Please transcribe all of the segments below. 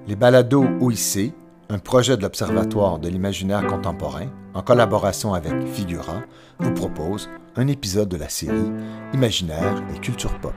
Les balados OIC, un projet de l'Observatoire de l'imaginaire contemporain, en collaboration avec Figura, vous propose un épisode de la série Imaginaire et culture pop.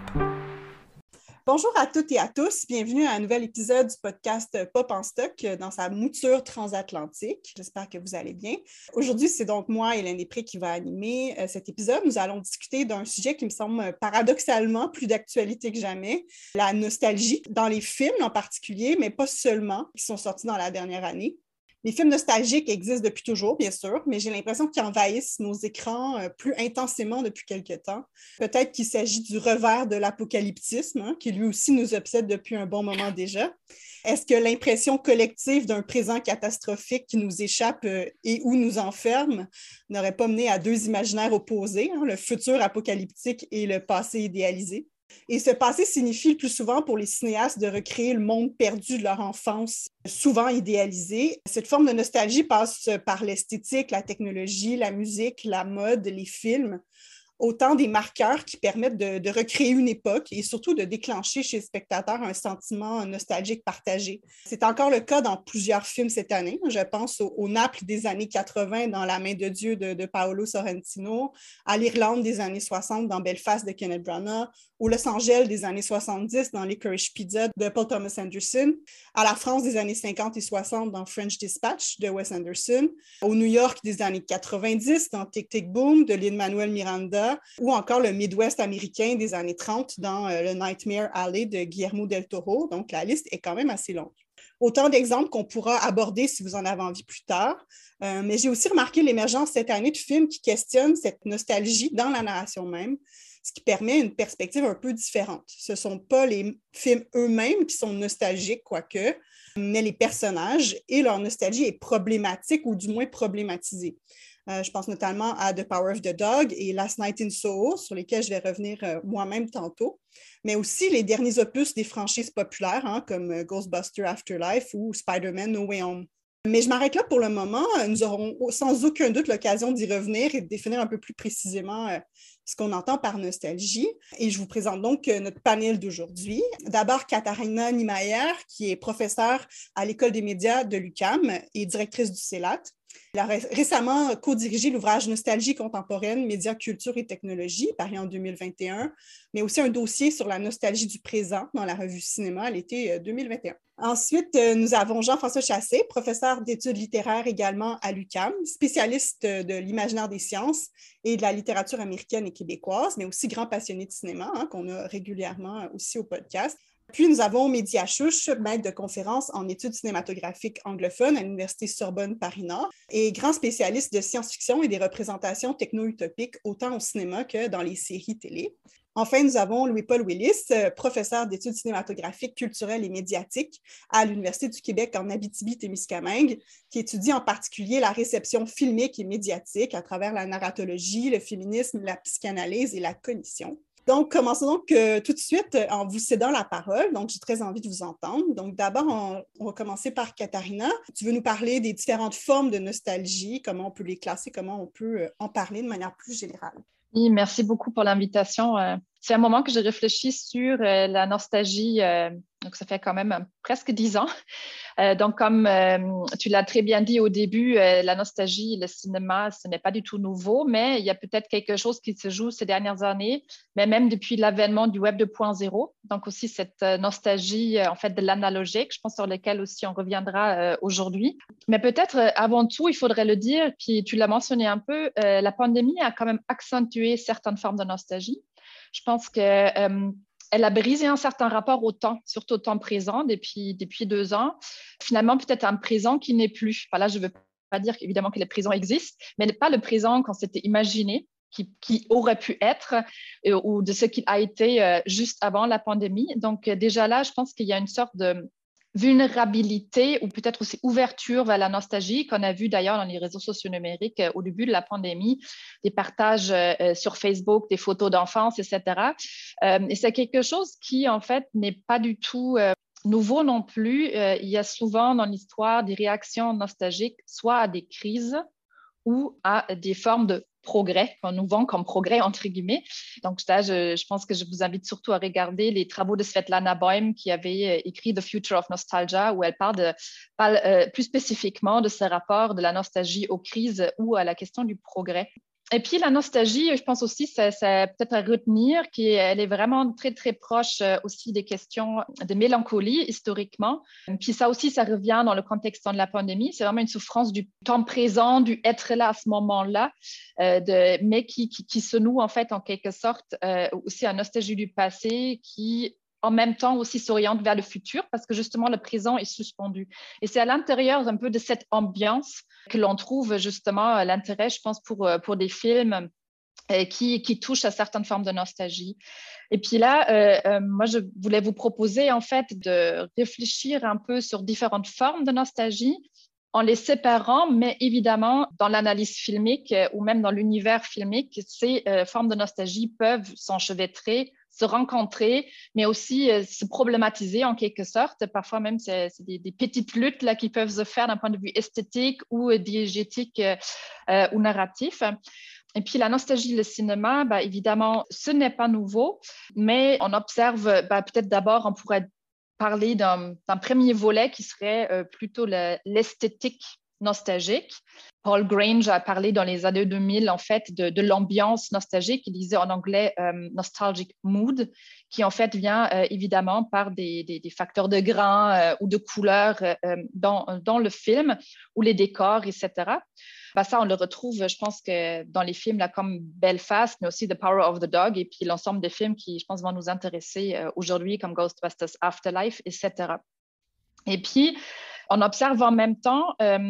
Bonjour à toutes et à tous, bienvenue à un nouvel épisode du podcast Pop en stock dans sa mouture transatlantique. J'espère que vous allez bien. Aujourd'hui, c'est donc moi, Hélène Després, qui va animer cet épisode. Nous allons discuter d'un sujet qui me semble paradoxalement plus d'actualité que jamais, la nostalgie, dans les films en particulier, mais pas seulement, qui sont sortis dans la dernière année. Les films nostalgiques existent depuis toujours, bien sûr, mais j'ai l'impression qu'ils envahissent nos écrans plus intensément depuis quelque temps. Peut-être qu'il s'agit du revers de l'apocalyptisme, qui lui aussi nous obsède depuis un bon moment déjà. Est-ce que l'impression collective d'un présent catastrophique qui nous échappe et ou nous enferme n'aurait pas mené à deux imaginaires opposés, le futur apocalyptique et le passé idéalisé? Et ce passé signifie le plus souvent pour les cinéastes de recréer le monde perdu de leur enfance, souvent idéalisé. Cette forme de nostalgie passe par l'esthétique, la technologie, la musique, la mode, les films, autant des marqueurs qui permettent de recréer une époque et surtout de déclencher chez le spectateur un sentiment nostalgique partagé. C'est encore le cas dans plusieurs films cette année. Je pense au Naples des années 80 dans La main de Dieu de Paolo Sorrentino, à l'Irlande des années 60 dans Belfast de Kenneth Branagh, au Los Angeles des années 70 dans Licorice Pizza de Paul Thomas Anderson, à la France des années 50 et 60 dans French Dispatch de Wes Anderson, au New York des années 90 dans Tic Tic Boom de Lin-Manuel Miranda, ou encore le Midwest américain des années 30 dans le Nightmare Alley de Guillermo del Toro. Donc, la liste est quand même assez longue. Autant d'exemples qu'on pourra aborder si vous en avez envie plus tard. Mais j'ai aussi remarqué l'émergence cette année de films qui questionnent cette nostalgie dans la narration même, ce qui permet une perspective un peu différente. Ce ne sont pas les films eux-mêmes qui sont nostalgiques, quoique, mais les personnages et leur nostalgie est problématique ou du moins problématisée. Je pense notamment à The Power of the Dog et Last Night in Soho, sur lesquels je vais revenir moi-même tantôt, mais aussi les derniers opus des franchises populaires, comme Ghostbusters Afterlife ou Spider-Man No Way Home. Mais je m'arrête là pour le moment. Nous aurons sans aucun doute l'occasion d'y revenir et de définir un peu plus précisément ce qu'on entend par nostalgie. Et je vous présente donc notre panel d'aujourd'hui. D'abord, Katharina Niemeyer, qui est professeure à l'École des médias de l'UQAM et directrice du CELAT. Elle a récemment co-dirigé l'ouvrage Nostalgie contemporaine, médias, culture et technologie, paru en 2021, mais aussi un dossier sur la nostalgie du présent dans la revue Cinéma à l'été 2021. Ensuite, nous avons Jean-François Chassé, professeur d'études littéraires également à l'UQAM, spécialiste de l'imaginaire des sciences et de la littérature américaine et québécoise, mais aussi grand passionné de cinéma, qu'on a régulièrement aussi au podcast. Puis, nous avons Mehdi Achouch, maître de conférence en études cinématographiques anglophones à l'Université Sorbonne Paris-Nord et grand spécialiste de science-fiction et des représentations techno-utopiques autant au cinéma que dans les séries télé. Enfin, nous avons Louis-Paul Willis, professeur d'études cinématographiques, culturelles et médiatiques à l'Université du Québec en Abitibi-Témiscamingue, qui étudie en particulier la réception filmique et médiatique à travers la narratologie, le féminisme, la psychanalyse et la cognition. Donc, commençons donc tout de suite en vous cédant la parole. Donc, j'ai très envie de vous entendre. Donc, d'abord, on va commencer par Katharina. Tu veux nous parler des différentes formes de nostalgie, comment on peut les classer, comment on peut en parler de manière plus générale. Oui, merci beaucoup pour l'invitation. C'est un moment que je réfléchis sur la nostalgie. Donc, ça fait quand même presque 10 ans. Donc, comme tu l'as très bien dit au début, la nostalgie, le cinéma, ce n'est pas du tout nouveau, mais il y a peut-être quelque chose qui se joue ces dernières années, mais même depuis l'avènement du Web 2.0. Donc, aussi cette nostalgie, en fait, de l'analogique, je pense sur laquelle aussi on reviendra aujourd'hui. Mais peut-être, avant tout, il faudrait le dire, puis tu l'as mentionné un peu, la pandémie a quand même accentué certaines formes de nostalgie. Je pense que elle a brisé un certain rapport au temps, surtout au temps présent depuis 2 ans. Finalement, peut-être un présent qui n'est plus. Là, je ne veux pas dire évidemment que le présent existe, mais pas le présent qu'on s'était imaginé, qui aurait pu être, ou de ce qu'il a été juste avant la pandémie. Donc, déjà là, je pense qu'il y a une sorte de vulnérabilité ou peut-être aussi ouverture vers la nostalgie qu'on a vu d'ailleurs dans les réseaux sociaux numériques au début de la pandémie, des partages sur Facebook, des photos d'enfance, etc. Et c'est quelque chose qui, en fait, n'est pas du tout nouveau non plus. Il y a souvent dans l'histoire des réactions nostalgiques, soit à des crises ou à des formes de progrès qu'on nous vend comme progrès entre guillemets. Donc là, je pense que je vous invite surtout à regarder les travaux de Svetlana Boym qui avait écrit The Future of Nostalgia, où elle parle plus spécifiquement de ce rapport de la nostalgie aux crises ou à la question du progrès. Et puis la nostalgie, je pense aussi, c'est peut-être à retenir qu'elle est vraiment très, très proche aussi des questions de mélancolie historiquement. Puis ça aussi, ça revient dans le contexte de la pandémie. C'est vraiment une souffrance du temps présent, du être là à ce moment-là, mais qui se noue en fait en quelque sorte aussi à la nostalgie du passé qui en même temps aussi s'oriente vers le futur parce que justement le présent est suspendu. Et c'est à l'intérieur un peu de cette ambiance que l'on trouve justement l'intérêt, je pense, pour des films qui touchent à certaines formes de nostalgie. Et puis là, moi, je voulais vous proposer en fait de réfléchir un peu sur différentes formes de nostalgie en les séparant, mais évidemment, dans l'analyse filmique ou même dans l'univers filmique, ces formes de nostalgie peuvent s'enchevêtrer, se rencontrer, mais aussi se problématiser en quelque sorte. Parfois même, c'est des petites luttes là, qui peuvent se faire d'un point de vue esthétique ou diégétique ou narratif. Et puis la nostalgie, le cinéma, évidemment, ce n'est pas nouveau, mais on observe, peut-être d'abord, on pourrait parler d'un premier volet qui serait plutôt l'esthétique nostalgique. Paul Grange a parlé dans les années 2000 en fait de l'ambiance nostalgique. Il disait en anglais nostalgic mood, qui en fait vient évidemment par des facteurs de grain ou de couleurs dans le film ou les décors, etc. Ça, on le retrouve, je pense, que dans les films là, comme Belfast, mais aussi The Power of the Dog, et puis l'ensemble des films qui, je pense, vont nous intéresser aujourd'hui, comme Ghostbusters Afterlife, etc. Et puis, on observe en même temps,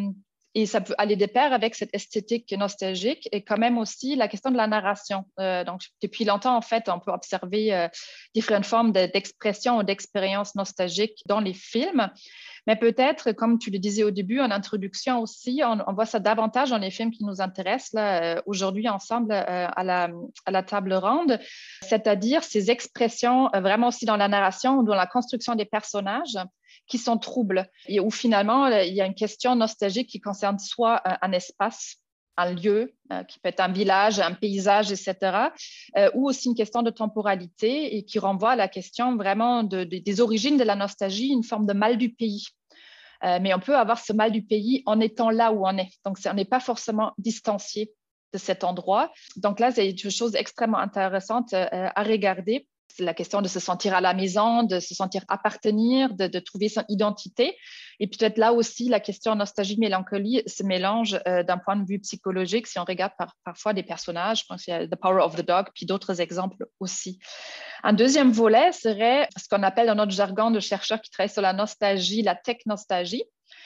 et ça peut aller de pair avec cette esthétique nostalgique, et quand même aussi la question de la narration. Donc, depuis longtemps, en fait, on peut observer différentes formes d'expression ou d'expérience nostalgique dans les films. Mais peut-être, comme tu le disais au début, en introduction aussi, on voit ça davantage dans les films qui nous intéressent là, aujourd'hui ensemble à la table ronde, c'est-à-dire ces expressions vraiment aussi dans la narration ou dans la construction des personnages qui sont troubles et où finalement, il y a une question nostalgique qui concerne soit un espace, un lieu, qui peut être un village, un paysage, etc., ou aussi une question de temporalité et qui renvoie à la question vraiment des origines de la nostalgie, une forme de mal du pays. Mais on peut avoir ce mal du pays en étant là où on est. Donc, on n'est pas forcément distancié de cet endroit. Donc là, c'est une chose extrêmement intéressante à regarder. C'est la question de se sentir à la maison, de se sentir appartenir, de trouver son identité. Et peut-être là aussi, la question nostalgie-mélancolie se mélange d'un point de vue psychologique si on regarde parfois des personnages. Je pense qu'il y a The Power of the Dog, puis d'autres exemples aussi. Un deuxième volet serait ce qu'on appelle dans notre jargon de chercheurs qui travaillent sur la nostalgie, la technostalgie,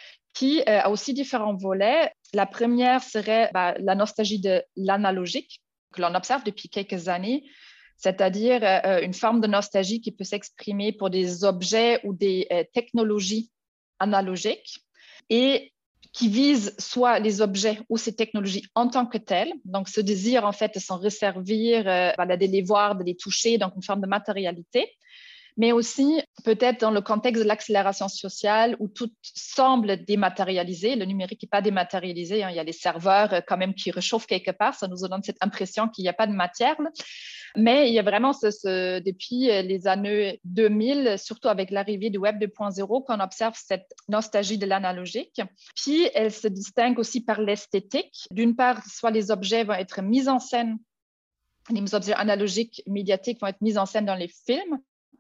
qui a aussi différents volets. La première serait la nostalgie de l'analogique, que l'on observe depuis quelques années, c'est-à-dire une forme de nostalgie qui peut s'exprimer pour des objets ou des technologies analogiques et qui vise soit les objets ou ces technologies en tant que telles, donc ce désir en fait de s'en resservir, de les voir, de les toucher, donc une forme de matérialité, mais aussi peut-être dans le contexte de l'accélération sociale où tout semble dématérialisé. Le numérique n'est pas dématérialisé, hein. Il y a les serveurs quand même qui réchauffent quelque part, ça nous donne cette impression qu'il n'y a pas de matière. Mais il y a vraiment, depuis les années 2000, surtout avec l'arrivée du Web 2.0, qu'on observe cette nostalgie de l'analogique. Puis, elle se distingue aussi par l'esthétique. D'une part, soit les objets vont être mis en scène, les objets analogiques médiatiques vont être mis en scène dans les films,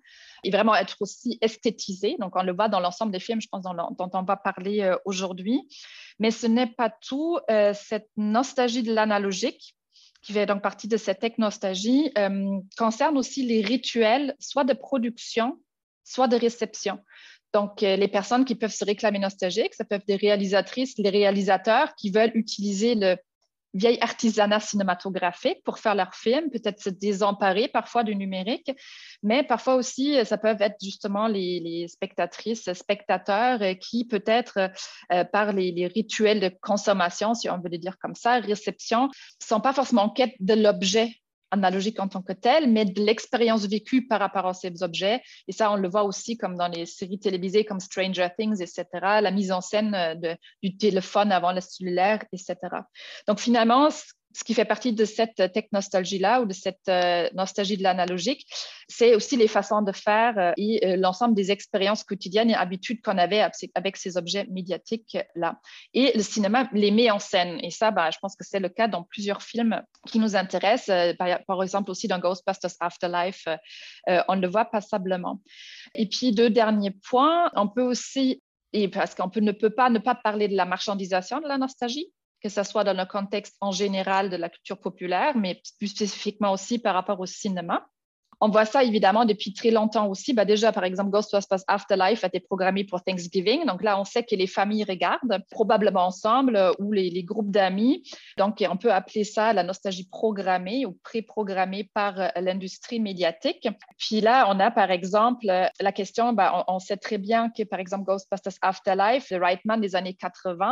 et vraiment être aussi esthétisé. Donc, on le voit dans l'ensemble des films, je pense, dont on va parler aujourd'hui. Mais ce n'est pas tout. Cette nostalgie de l'analogique, qui fait donc partie de cette technostalgie, concerne aussi les rituels, soit de production, soit de réception. Donc, les personnes qui peuvent se réclamer nostalgiques, ça peut être des réalisatrices, les réalisateurs qui veulent utiliser le vieil artisanat cinématographique pour faire leurs films, peut-être se désemparer parfois du numérique, mais parfois aussi, ça peuvent être justement les spectatrices, spectateurs qui peut-être par les rituels de consommation, si on veut le dire comme ça, réception, ne sont pas forcément en quête de l'objet analogique en tant que tel, mais de l'expérience vécue par rapport à ces objets. Et ça, on le voit aussi comme dans les séries télévisées comme Stranger Things, etc., la mise en scène du téléphone avant le cellulaire, etc. Donc finalement, ce qui fait partie de cette tech-nostalgie-là ou de cette nostalgie de l'analogique, c'est aussi les façons de faire et l'ensemble des expériences quotidiennes et habitudes qu'on avait avec ces objets médiatiques-là. Et le cinéma les met en scène. Et ça, je pense que c'est le cas dans plusieurs films qui nous intéressent. Par exemple, aussi dans Ghostbusters Afterlife, on le voit passablement. Et puis, 2 derniers points. On peut aussi, et parce qu'on ne peut pas ne pas parler de la marchandisation de la nostalgie, que ce soit dans le contexte en général de la culture populaire, mais plus spécifiquement aussi par rapport au cinéma. On voit ça évidemment depuis très longtemps aussi. Déjà, par exemple, Ghostbusters Afterlife a été programmé pour Thanksgiving. Donc là, on sait que les familles regardent, probablement ensemble, ou les groupes d'amis. Donc, on peut appeler ça la nostalgie programmée ou pré-programmée par l'industrie médiatique. Puis là, on a par exemple la question, on sait très bien que par exemple Ghostbusters Afterlife, le Reitman des années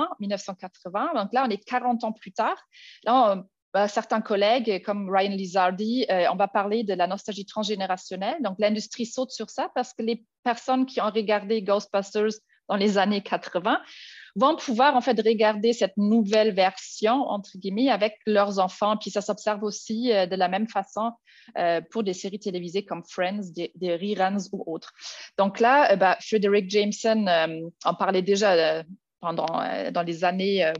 1980. Donc là, on est 40 ans plus tard. Là, certains collègues comme Ryan Lizardi, on va parler de la nostalgie transgénérationnelle. Donc, l'industrie saute sur ça parce que les personnes qui ont regardé Ghostbusters dans les années 80 vont pouvoir en fait regarder cette nouvelle version, entre guillemets, avec leurs enfants. Puis ça s'observe aussi de la même façon pour des séries télévisées comme Friends, des reruns ou autres. Donc là, Frederick Jameson en parlait déjà dans les années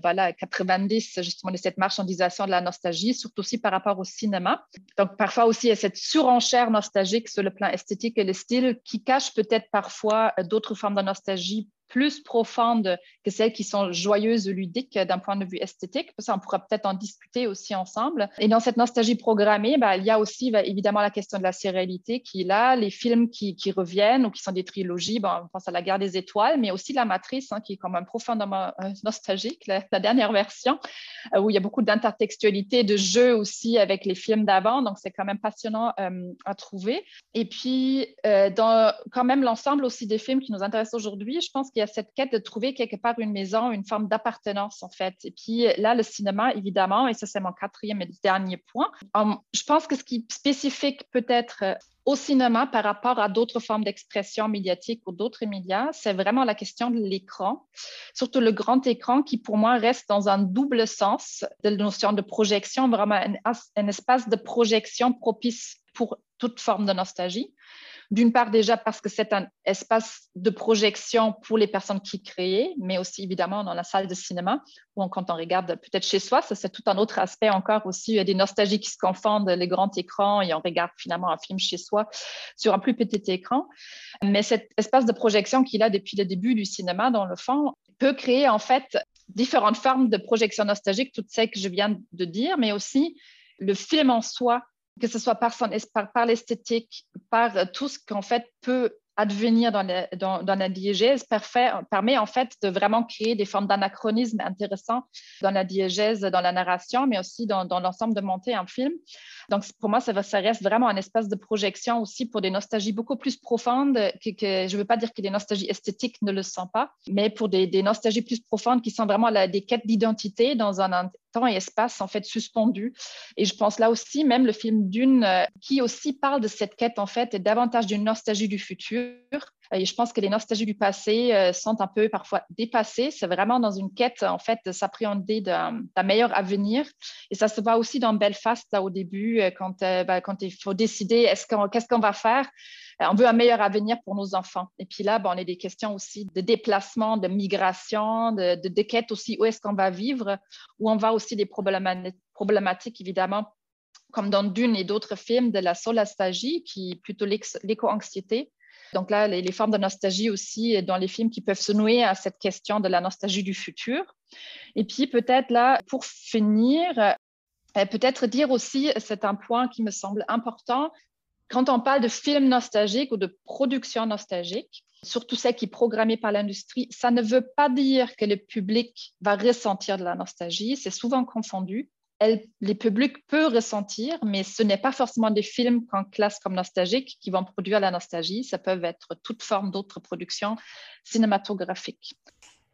90, justement, de cette marchandisation de la nostalgie, surtout aussi par rapport au cinéma. Donc, parfois aussi, il y a cette surenchère nostalgique sur le plan esthétique et le style qui cache peut-être parfois d'autres formes de nostalgie plus profondes que celles qui sont joyeuses ou ludiques d'un point de vue esthétique. Ça, on pourra peut-être en discuter aussi ensemble. Et dans cette nostalgie programmée, il y a aussi évidemment la question de la sérialité qui est là, les films qui reviennent ou qui sont des trilogies. On pense à La Guerre des Étoiles, mais aussi La Matrice, qui est quand même profondément nostalgique, la dernière version, où il y a beaucoup d'intertextualité, de jeux aussi avec les films d'avant. Donc, c'est quand même passionnant à trouver. Et puis, dans quand même l'ensemble aussi des films qui nous intéressent aujourd'hui, je pense qu'il y a cette quête de trouver quelque part une maison, une forme d'appartenance en fait. Et puis là, le cinéma, évidemment, et ça c'est mon 4e et dernier point. Je pense que ce qui est spécifique peut-être au cinéma par rapport à d'autres formes d'expression médiatique ou d'autres médias, c'est vraiment la question de l'écran, surtout le grand écran qui pour moi reste dans un double sens de la notion de projection, vraiment un espace de projection propice pour toute forme de nostalgie. D'une part, déjà parce que c'est un espace de projection pour les personnes qui créent, mais aussi évidemment dans la salle de cinéma, ou quand on regarde peut-être chez soi, ça c'est tout un autre aspect encore aussi. Il y a des nostalgies qui se confondent, les grands écrans, et on regarde finalement un film chez soi sur un plus petit écran. Mais cet espace de projection qu'il a depuis le début du cinéma, dans le fond, peut créer en fait différentes formes de projection nostalgique, toutes celles que je viens de dire, mais aussi le film en soi, que ce soit par l'esthétique, par tout ce qu'en fait peut advenir dans la diégèse, permet en fait de vraiment créer des formes d'anachronisme intéressants dans la diégèse, dans la narration, mais aussi dans l'ensemble de monter un film. Donc, pour moi, ça reste vraiment un espace de projection aussi pour des nostalgies beaucoup plus profondes, que je ne veux pas dire que les nostalgies esthétiques ne le sont pas, mais pour des nostalgies plus profondes qui sont vraiment des quêtes d'identité dans un temps et espace en fait suspendu. Et je pense là aussi, même le film Dune, qui aussi parle de cette quête en fait, et davantage d'une nostalgie du futur. Et je pense que les nostalgies du passé sont un peu parfois dépassées. C'est vraiment dans une quête en fait de s'appréhender d'un meilleur avenir. Et ça se voit aussi dans Belfast là au début, quand il faut décider qu'est-ce qu'on va faire. On veut un meilleur avenir pour nos enfants. Et puis là, on a des questions aussi de déplacement, de migration, de quête aussi, où est-ce qu'on va vivre, où on va aussi des problématiques, évidemment, comme dans Dune et d'autres films, de la solastalgie, qui est plutôt l'éco-anxiété. Donc là, les formes de nostalgie aussi dans les films qui peuvent se nouer à cette question de la nostalgie du futur. Et puis peut-être là, pour finir, peut-être dire aussi, c'est un point qui me semble important, quand on parle de films nostalgiques ou de production nostalgique, surtout celle qui est programmée par l'industrie, ça ne veut pas dire que le public va ressentir de la nostalgie, c'est souvent confondu. Les publics peuvent ressentir, mais ce n'est pas forcément des films qu'on classe comme nostalgiques qui vont produire la nostalgie. Ça peut être toute forme d'autres productions cinématographiques.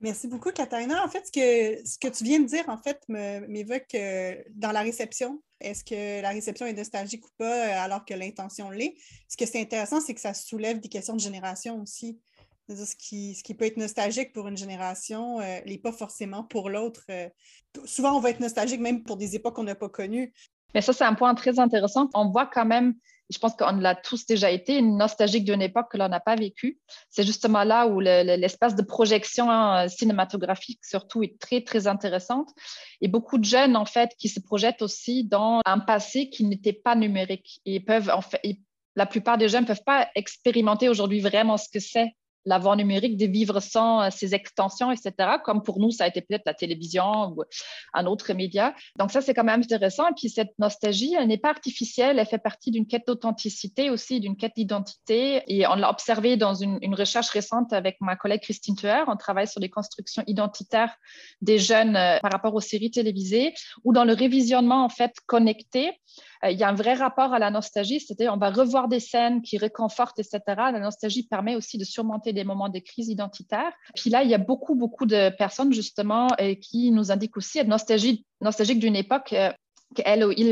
Merci beaucoup, Katharina. En fait, ce que tu viens de dire, en fait, m'évoque dans la réception. Est-ce que la réception est nostalgique ou pas, alors que l'intention l'est? Ce que c'est intéressant, c'est que ça soulève des questions de génération aussi. C'est-à-dire ce qui peut être nostalgique pour une génération l'est pas forcément pour l'autre. Souvent, on va être nostalgique même pour des époques qu'on n'a pas connues. Mais ça, c'est un point très intéressant. On voit quand même, je pense qu'on l'a tous déjà été, une nostalgique d'une époque que l'on n'a pas vécue. C'est justement là où l'espace de projection cinématographique, surtout, est très, très intéressante. Et beaucoup de jeunes, en fait, qui se projettent aussi dans un passé qui n'était pas numérique. Et peuvent, en fait, la plupart des jeunes ne peuvent pas expérimenter aujourd'hui vraiment ce que c'est l'avant numérique, de vivre sans ses extensions, etc. Comme pour nous, ça a été peut-être la télévision ou un autre média. Donc ça, c'est quand même intéressant. Et puis cette nostalgie, elle n'est pas artificielle, elle fait partie d'une quête d'authenticité aussi, d'une quête d'identité. Et on l'a observé dans une recherche récente avec ma collègue Christine Thuer. On travaille sur les constructions identitaires des jeunes par rapport aux séries télévisées ou dans le révisionnement en fait connecté. Il y a un vrai rapport à la nostalgie, c'est-à-dire on va revoir des scènes qui réconfortent, etc. La nostalgie permet aussi de surmonter des moments de crise identitaire. Puis là, il y a beaucoup, beaucoup de personnes justement qui nous indiquent aussi être nostalgique d'une époque qu'elles ou ils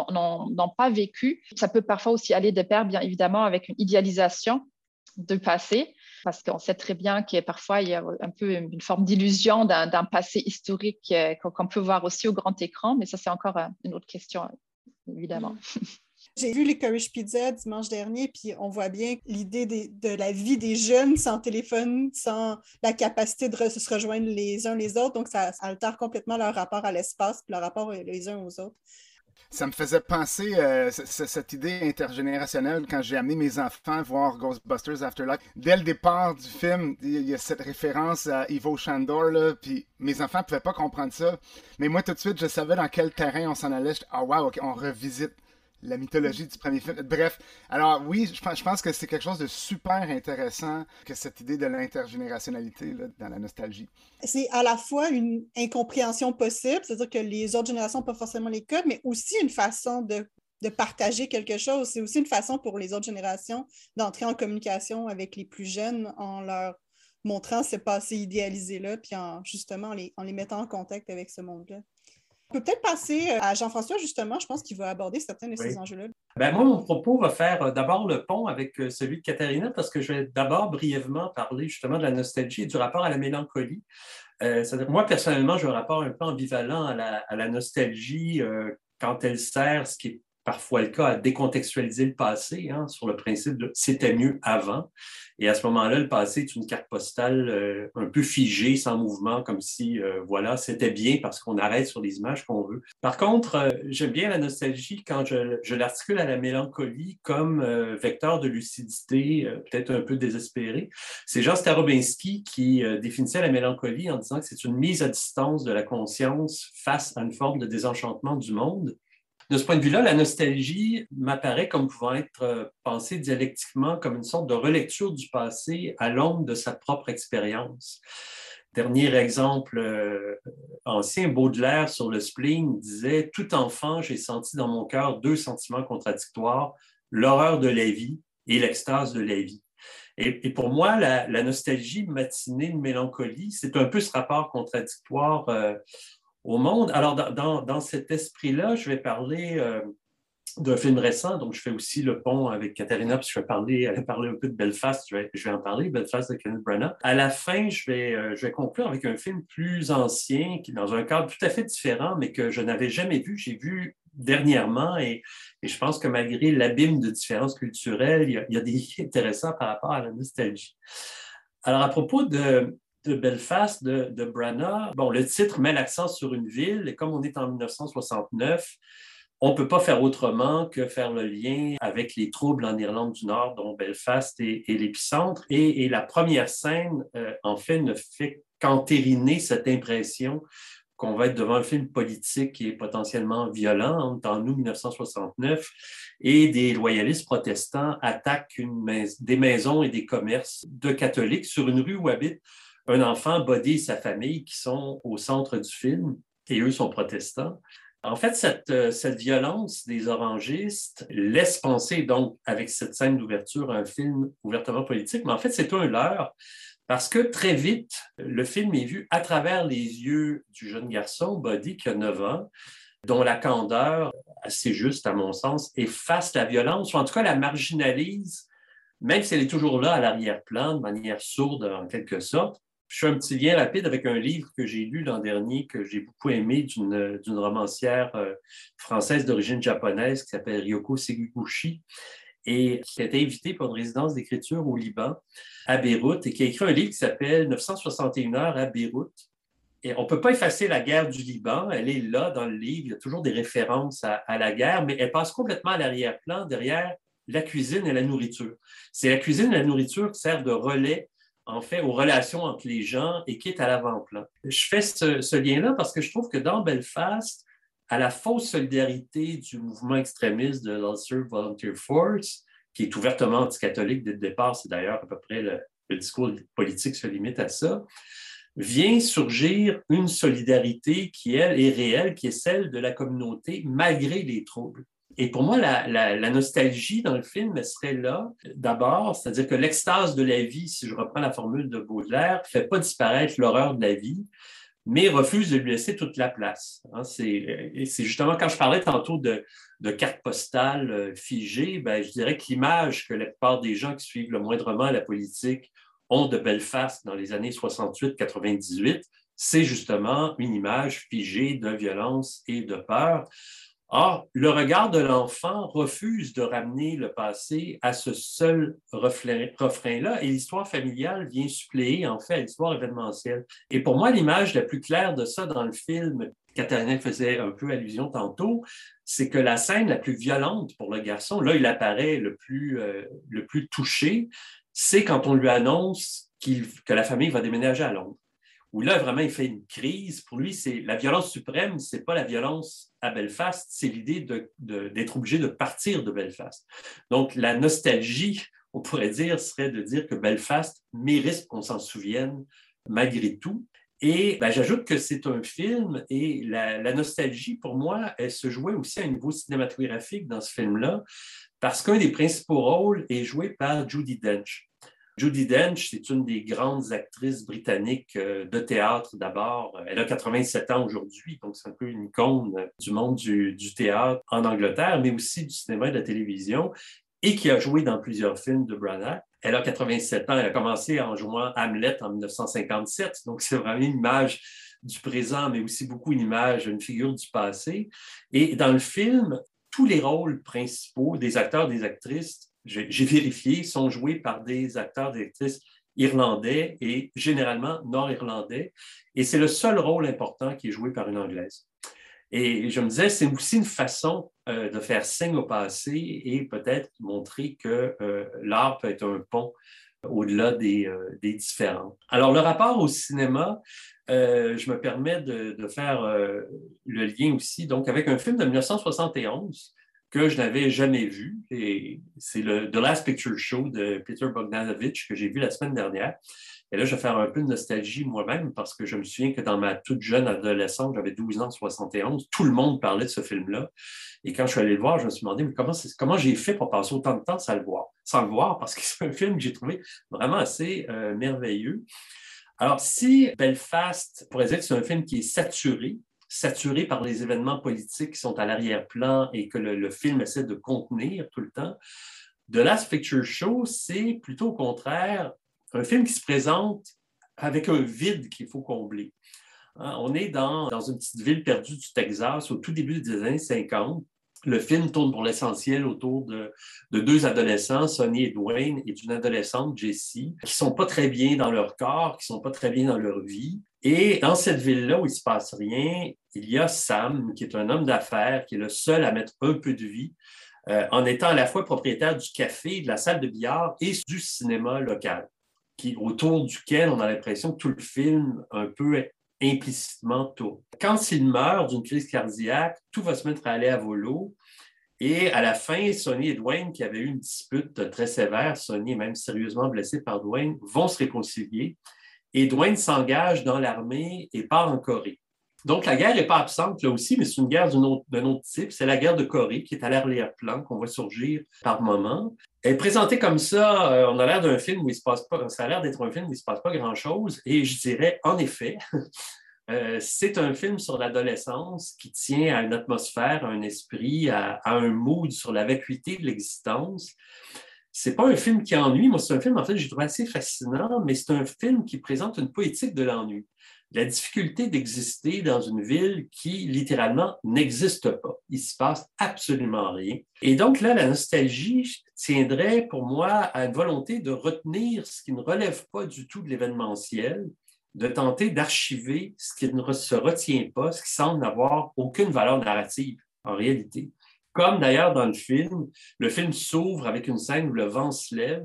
n'ont pas vécu. Ça peut parfois aussi aller de pair, bien évidemment, avec une idéalisation du passé, parce qu'on sait très bien qu'il y a parfois il y a un peu une forme d'illusion d'un passé historique qu'on peut voir aussi au grand écran, mais ça, c'est encore une autre question, évidemment. J'ai vu Licorice Pizza dimanche dernier, puis on voit bien l'idée de la vie des jeunes sans téléphone, sans la capacité de se rejoindre les uns les autres. Donc, ça altère complètement leur rapport à l'espace et leur rapport les uns aux autres. Ça me faisait penser cette idée intergénérationnelle quand j'ai amené mes enfants voir Ghostbusters Afterlife. Dès le départ du film, il y a cette référence à Ivo Shandor, là, puis mes enfants ne pouvaient pas comprendre ça. Mais moi, tout de suite, je savais dans quel terrain on s'en allait. Ah, wow, ok, on revisite la mythologie du premier film. Bref, alors oui, je pense que c'est quelque chose de super intéressant que cette idée de l'intergénérationnalité là, dans la nostalgie. C'est à la fois une incompréhension possible, c'est-à-dire que les autres générations n'ont pas forcément les codes, mais aussi une façon de partager quelque chose. C'est aussi une façon pour les autres générations d'entrer en communication avec les plus jeunes en leur montrant ce passé idéalisé-là, puis justement en les mettant en contact avec ce monde-là. On peut peut-être passer à Jean-François, justement. Je pense qu'il va aborder certains de ces enjeux-là. Ben moi, mon propos va faire d'abord le pont avec celui de Katharina, parce que je vais d'abord brièvement parler justement de la nostalgie et du rapport à la mélancolie. C'est-à-dire, moi, personnellement, j'ai un rapport un peu ambivalent à la nostalgie quand elle sert, ce qui est parfois le cas, à décontextualiser le passé, hein, sur le principe de « c'était mieux avant ». Et à ce moment-là, le passé est une carte postale un peu figée, sans mouvement, comme si, voilà, c'était bien parce qu'on arrête sur les images qu'on veut. Par contre, j'aime bien la nostalgie quand je l'articule à la mélancolie comme vecteur de lucidité, peut-être un peu désespéré. C'est Jean Starobinski qui définissait la mélancolie en disant que c'est une mise à distance de la conscience face à une forme de désenchantement du monde. De ce point de vue-là, la nostalgie m'apparaît comme pouvant être pensée dialectiquement comme une sorte de relecture du passé à l'aune de sa propre expérience. Dernier exemple ancien, Baudelaire sur le spleen disait « Tout enfant, j'ai senti dans mon cœur deux sentiments contradictoires, l'horreur de la vie et l'extase de la vie. » Et pour moi, la nostalgie matinée de mélancolie, c'est un peu ce rapport contradictoire au monde. Alors, dans cet esprit-là, je vais parler d'un film récent, donc je fais aussi le pont avec Katharina, parce que elle va parler un peu de Belfast, je vais en parler, Belfast de Kenneth Branagh. À la fin, je vais conclure avec un film plus ancien, qui est dans un cadre tout à fait différent, mais que je n'avais jamais vu. J'ai vu dernièrement, et je pense que malgré l'abîme de différences culturelles, il y a des liens intéressants par rapport à la nostalgie. Alors, à propos de Belfast, de Branagh, bon, le titre met l'accent sur une ville, et comme on est en 1969, on ne peut pas faire autrement que faire le lien avec les troubles en Irlande du Nord, dont Belfast est l'épicentre. Et la première scène, en fait, ne fait qu'entériner cette impression qu'on va être devant un film politique et potentiellement violent. En août 1969, et des loyalistes protestants attaquent des maisons et des commerces de catholiques sur une rue où habite un enfant, Buddy et sa famille, qui sont au centre du film, et eux sont protestants. En fait, cette violence des orangistes laisse penser, donc, avec cette scène d'ouverture, un film ouvertement politique, mais en fait, c'est un leurre, Parce que très vite, le film est vu à travers les yeux du jeune garçon, Buddy, qui a 9 ans, dont la candeur, assez juste à mon sens, efface la violence, ou en tout cas la marginalise, même si elle est toujours là à l'arrière-plan, de manière sourde en quelque sorte. Je fais un petit lien rapide avec un livre que j'ai lu l'an dernier, que j'ai beaucoup aimé, d'une romancière française d'origine japonaise qui s'appelle Ryoko Seguguchi, et qui a été invitée pour une résidence d'écriture au Liban, à Beyrouth, et qui a écrit un livre qui s'appelle 961 heures à Beyrouth. Et on ne peut pas effacer la guerre du Liban, elle est là dans le livre, il y a toujours des références à la guerre, mais elle passe complètement à l'arrière-plan, derrière la cuisine et la nourriture. C'est la cuisine et la nourriture qui servent de relais, en fait, aux relations entre les gens et qui est à l'avant-plan. Je fais ce lien-là parce que je trouve que dans Belfast, à la fausse solidarité du mouvement extrémiste de l'Ulster Volunteer Force, qui est ouvertement anticatholique dès le départ, c'est d'ailleurs à peu près le discours politique se limite à ça, vient surgir une solidarité qui, elle, est réelle, qui est celle de la communauté malgré les troubles. Et pour moi, la nostalgie dans le film, elle serait là, d'abord, c'est-à-dire que l'extase de la vie, si je reprends la formule de Baudelaire, ne fait pas disparaître l'horreur de la vie, mais refuse de lui laisser toute la place. C'est justement, quand je parlais tantôt de cartes postales figées, ben, je dirais que l'image que la plupart des gens qui suivent le moindrement la politique ont de Belfast dans les années 68-98, c'est justement une image figée de violence et de peur. Or, le regard de l'enfant refuse de ramener le passé à ce seul refrain-là et l'histoire familiale vient suppléer en fait à l'histoire événementielle. Et pour moi, l'image la plus claire de ça dans le film, Katharina faisait un peu allusion tantôt, c'est que la scène la plus violente pour le garçon, là il apparaît le plus touché, c'est quand on lui annonce que la famille va déménager à Londres. Où là, vraiment, il fait une crise. Pour lui, c'est la violence suprême, ce n'est pas la violence à Belfast, c'est l'idée d'être obligé de partir de Belfast. Donc, la nostalgie, on pourrait dire, serait de dire que Belfast mérite qu'on s'en souvienne malgré tout. Et ben, j'ajoute que c'est un film et la nostalgie, pour moi, elle se jouait aussi à un niveau cinématographique dans ce film-là, parce qu'un des principaux rôles est joué par Judi Dench. Judi Dench, c'est une des grandes actrices britanniques de théâtre d'abord. Elle a 87 ans aujourd'hui, donc c'est un peu une icône du monde du théâtre en Angleterre, mais aussi du cinéma et de la télévision, et qui a joué dans plusieurs films de Branagh. Elle a 87 ans, elle a commencé en jouant Hamlet en 1957, donc c'est vraiment une image du présent, mais aussi beaucoup une image, une figure du passé. Et dans le film, tous les rôles principaux des acteurs, des actrices, j'ai vérifié, sont joués par des acteurs, des actrices irlandais et généralement nord-irlandais. Et c'est le seul rôle important qui est joué par une Anglaise. Et je me disais, c'est aussi une façon de faire signe au passé et peut-être montrer que l'art peut être un pont au-delà des différents. Alors, le rapport au cinéma, je me permets de faire le lien aussi donc, avec un film de 1971 que je n'avais jamais vu. Et c'est le The Last Picture Show de Peter Bogdanovich que j'ai vu la semaine dernière. Et là, je vais faire un peu de nostalgie moi-même parce que je me souviens que dans ma toute jeune adolescence, j'avais 12 ans en 71, tout le monde parlait de ce film-là. Et quand je suis allé le voir, je me suis demandé mais comment j'ai fait pour passer autant de temps sans le voir, parce que c'est un film que j'ai trouvé vraiment assez merveilleux. Alors, si Belfast, on pourrait dire que c'est un film qui est saturé par les événements politiques qui sont à l'arrière-plan et que le film essaie de contenir tout le temps, The Last Picture Show, c'est plutôt au contraire un film qui se présente avec un vide qu'il faut combler. On est dans une petite ville perdue du Texas au tout début des années 50. Le film tourne pour l'essentiel autour de deux adolescents, Sonny et Dwayne, et d'une adolescente, Jessie, qui ne sont pas très bien dans leur corps, qui ne sont pas très bien dans leur vie. Et dans cette ville-là où il ne se passe rien, il y a Sam, qui est un homme d'affaires, qui est le seul à mettre un peu de vie, en étant à la fois propriétaire du café, de la salle de billard et du cinéma local, autour duquel on a l'impression que tout le film un peu implicitement tourne. Quand il meurt d'une crise cardiaque, tout va se mettre à aller à volo. Et à la fin, Sonny et Dwayne, qui avaient eu une dispute très sévère, Sonny est même sérieusement blessé par Dwayne, vont se réconcilier. Et Dwayne s'engage dans l'armée et part en Corée. Donc, la guerre n'est pas absente là aussi, mais c'est une guerre d'un autre type. C'est la guerre de Corée qui est à l'arrière-plan, qu'on voit surgir par moments. Elle est présentée comme ça, on a l'air d'un film où il se passe pas, ça a l'air d'être un film où il ne se passe pas grand-chose. Et je dirais, en effet, c'est un film sur l'adolescence qui tient à une atmosphère, à un esprit, à un mood sur la vacuité de l'existence. C'est pas un film qui ennuie. Moi, c'est un film, en fait, je trouve assez fascinant, mais c'est un film qui présente une poétique de l'ennui. La difficulté d'exister dans une ville qui, littéralement, n'existe pas. Il se passe absolument rien. Et donc là, la nostalgie tiendrait, pour moi, à une volonté de retenir ce qui ne relève pas du tout de l'événementiel, de tenter d'archiver ce qui ne se retient pas, ce qui semble n'avoir aucune valeur narrative, en réalité. Comme d'ailleurs dans le film s'ouvre avec une scène où le vent se lève,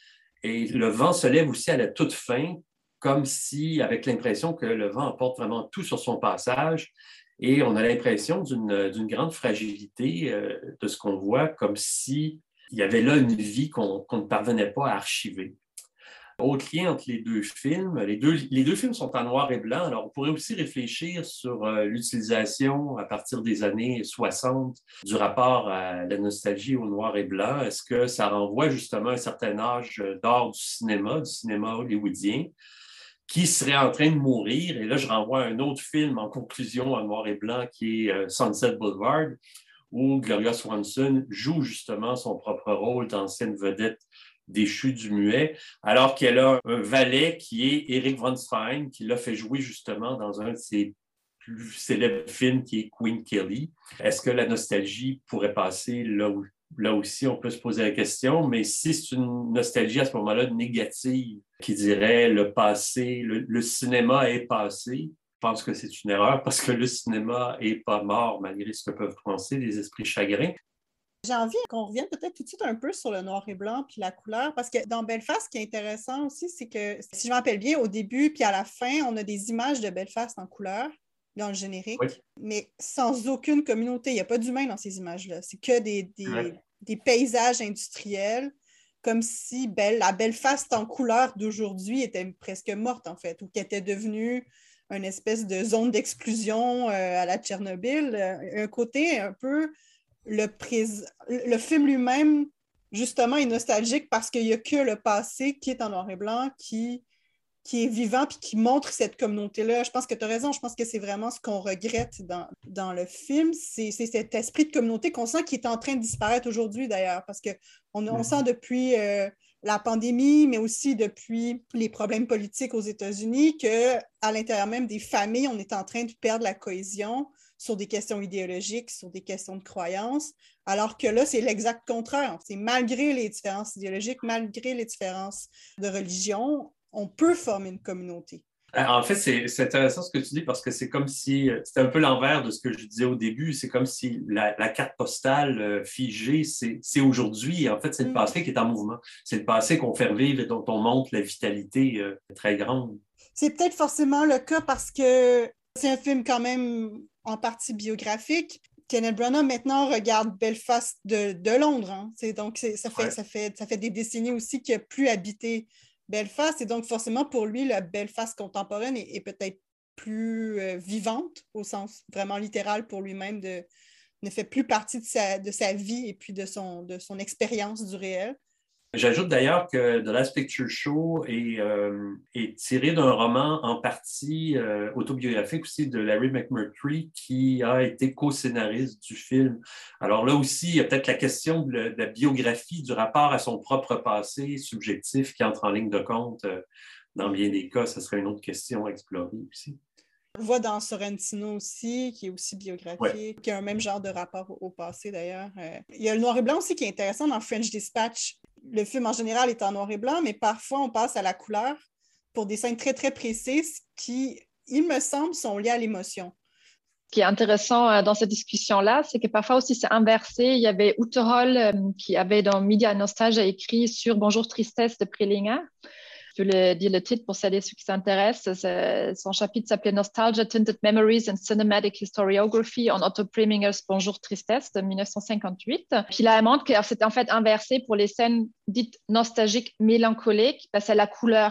et le vent se lève aussi à la toute fin, comme si, avec l'impression que le vent emporte vraiment tout sur son passage, et on a l'impression d'une grande fragilité de ce qu'on voit, comme s'il y avait là une vie qu'on ne parvenait pas à archiver. Autre lien entre les deux films, les deux films sont en noir et blanc, alors on pourrait aussi réfléchir sur l'utilisation à partir des années 60 du rapport à la nostalgie au noir et blanc. Est-ce que ça renvoie justement à un certain âge d'or du cinéma hollywoodien, qui serait en train de mourir? Et là, je renvoie à un autre film en conclusion en noir et blanc qui est Sunset Boulevard, où Gloria Swanson joue justement son propre rôle d'ancienne vedette déchue du muet, alors qu'elle a un valet qui est Eric von Stein, qui l'a fait jouer justement dans un de ses plus célèbres films qui est Queen Kelly. Est-ce que la nostalgie pourrait passer là aussi, on peut se poser la question, mais si c'est une nostalgie à ce moment-là négative, qui dirait le passé, le cinéma est passé, je pense que c'est une erreur parce que le cinéma n'est pas mort malgré ce que peuvent penser les esprits chagrins. J'ai envie qu'on revienne peut-être tout de suite un peu sur le noir et blanc puis la couleur, parce que dans Belfast, ce qui est intéressant aussi, c'est que, si je me rappelle bien, au début puis à la fin, on a des images de Belfast en couleur dans le générique, oui, mais sans aucune communauté. Il n'y a pas d'humain dans ces images-là. C'est que des paysages industriels, comme si la Belfast en couleur d'aujourd'hui était presque morte, en fait, ou qu'elle était devenue une espèce de zone d'exclusion à la Tchernobyl. Un côté un peu... Le film lui-même, justement, est nostalgique parce qu'il n'y a que le passé qui est en noir et blanc, qui est vivant puis qui montre cette communauté-là. Je pense que tu as raison. Je pense que c'est vraiment ce qu'on regrette dans le film. C'est cet esprit de communauté qu'on sent qui est en train de disparaître aujourd'hui, d'ailleurs, parce qu'on sent depuis la pandémie, mais aussi depuis les problèmes politiques aux États-Unis, qu'à l'intérieur même des familles, on est en train de perdre la cohésion sur des questions idéologiques, sur des questions de croyances, alors que là, c'est l'exact contraire. C'est malgré les différences idéologiques, malgré les différences de religion, on peut former une communauté. En fait, c'est intéressant ce que tu dis parce que c'est comme si, c'est un peu l'envers de ce que je disais au début, c'est comme si la carte postale figée, c'est aujourd'hui. En fait, c'est le passé qui est en mouvement. C'est le passé qu'on fait revivre et dont on montre la vitalité très grande. C'est peut-être forcément le cas parce que c'est un film quand même en partie biographique. Kenneth Branagh maintenant regarde Belfast de Londres. Hein. Donc, ça fait des décennies aussi qu'il n'a plus habité Belfast. Et donc, forcément, pour lui, la Belfast contemporaine est peut-être plus vivante, au sens vraiment littéral pour lui-même, ne fait plus partie de sa vie et puis de son expérience du réel. J'ajoute d'ailleurs que The Last Picture Show est tiré d'un roman en partie autobiographique aussi de Larry McMurtry, qui a été co-scénariste du film. Alors là aussi, il y a peut-être la question de la biographie, du rapport à son propre passé subjectif qui entre en ligne de compte. Dans bien des cas, ce serait une autre question à explorer aussi. On le voit dans Sorrentino aussi, qui est aussi biographique, qui a un même genre de rapport au passé d'ailleurs. Il y a le noir et blanc aussi qui est intéressant dans French Dispatch. Le film en général est en noir et blanc, mais parfois on passe à la couleur pour des scènes très, très précises qui, il me semble, sont liées à l'émotion. Ce qui est intéressant dans cette discussion-là, c'est que parfois aussi c'est inversé. Il y avait Uterhol qui avait dans Media Nostalgia écrit sur Bonjour Tristesse de Prelinger. Je vais dire le titre pour celles et ceux qui s'intéressent. Son chapitre s'appelait Nostalgia, Tinted Memories and Cinematic Historiography on Otto Preminger's Bonjour Tristesse de 1958. Puis là, elle montre que c'est en fait inversé pour les scènes dites nostalgiques, mélancoliques. Ben, c'est la couleur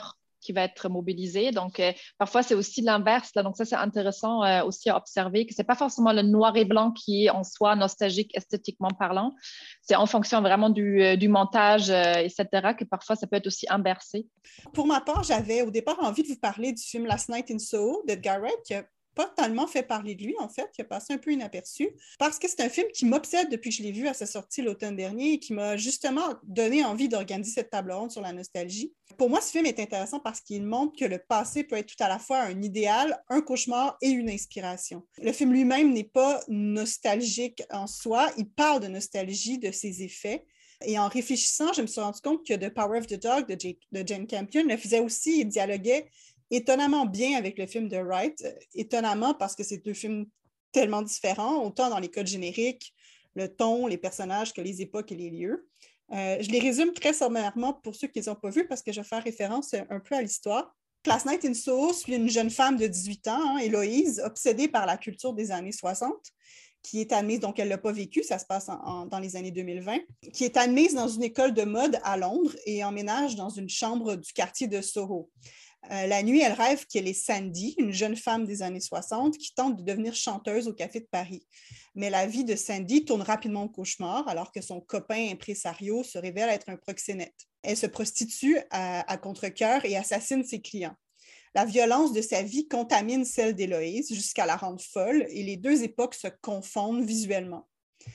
qui va être mobilisé. Donc, parfois, c'est aussi l'inverse. Là. Donc, ça, c'est intéressant aussi à observer que ce n'est pas forcément le noir et blanc qui est en soi nostalgique esthétiquement parlant. C'est en fonction vraiment du montage, etc., que parfois, ça peut être aussi inversé. Pour ma part, j'avais au départ envie de vous parler du film Last Night in Soho d'Edgar Wright, qui n'a pas tellement fait parler de lui, en fait, qui a passé un peu inaperçu, parce que c'est un film qui m'obsède depuis que je l'ai vu à sa sortie l'automne dernier et qui m'a justement donné envie d'organiser cette table ronde sur la nostalgie. Pour moi, ce film est intéressant parce qu'il montre que le passé peut être tout à la fois un idéal, un cauchemar et une inspiration. Le film lui-même n'est pas nostalgique en soi, il parle de nostalgie, de ses effets. Et en réfléchissant, je me suis rendu compte que The Power of the Dog de Jane Campion le faisait aussi et dialoguait étonnamment bien avec le film de Wright. Étonnamment parce que c'est deux films tellement différents, autant dans les codes génériques, le ton, les personnages que les époques et les lieux. Je les résume très sommairement pour ceux qui ne les ont pas vus parce que je vais faire référence un peu à l'histoire. Last Night in Soho suit une jeune femme de 18 ans, Héloïse, obsédée par la culture des années 60, qui est admise, donc elle ne l'a pas vécu, ça se passe dans les années 2020, qui est admise dans une école de mode à Londres et emménage dans une chambre du quartier de Soho. La nuit, elle rêve qu'elle est Sandy, une jeune femme des années 60 qui tente de devenir chanteuse au Café de Paris. Mais la vie de Sandy tourne rapidement au cauchemar alors que son copain impresario se révèle être un proxénète. Elle se prostitue à contre-cœur et assassine ses clients. La violence de sa vie contamine celle d'Héloïse jusqu'à la rendre folle et les deux époques se confondent visuellement.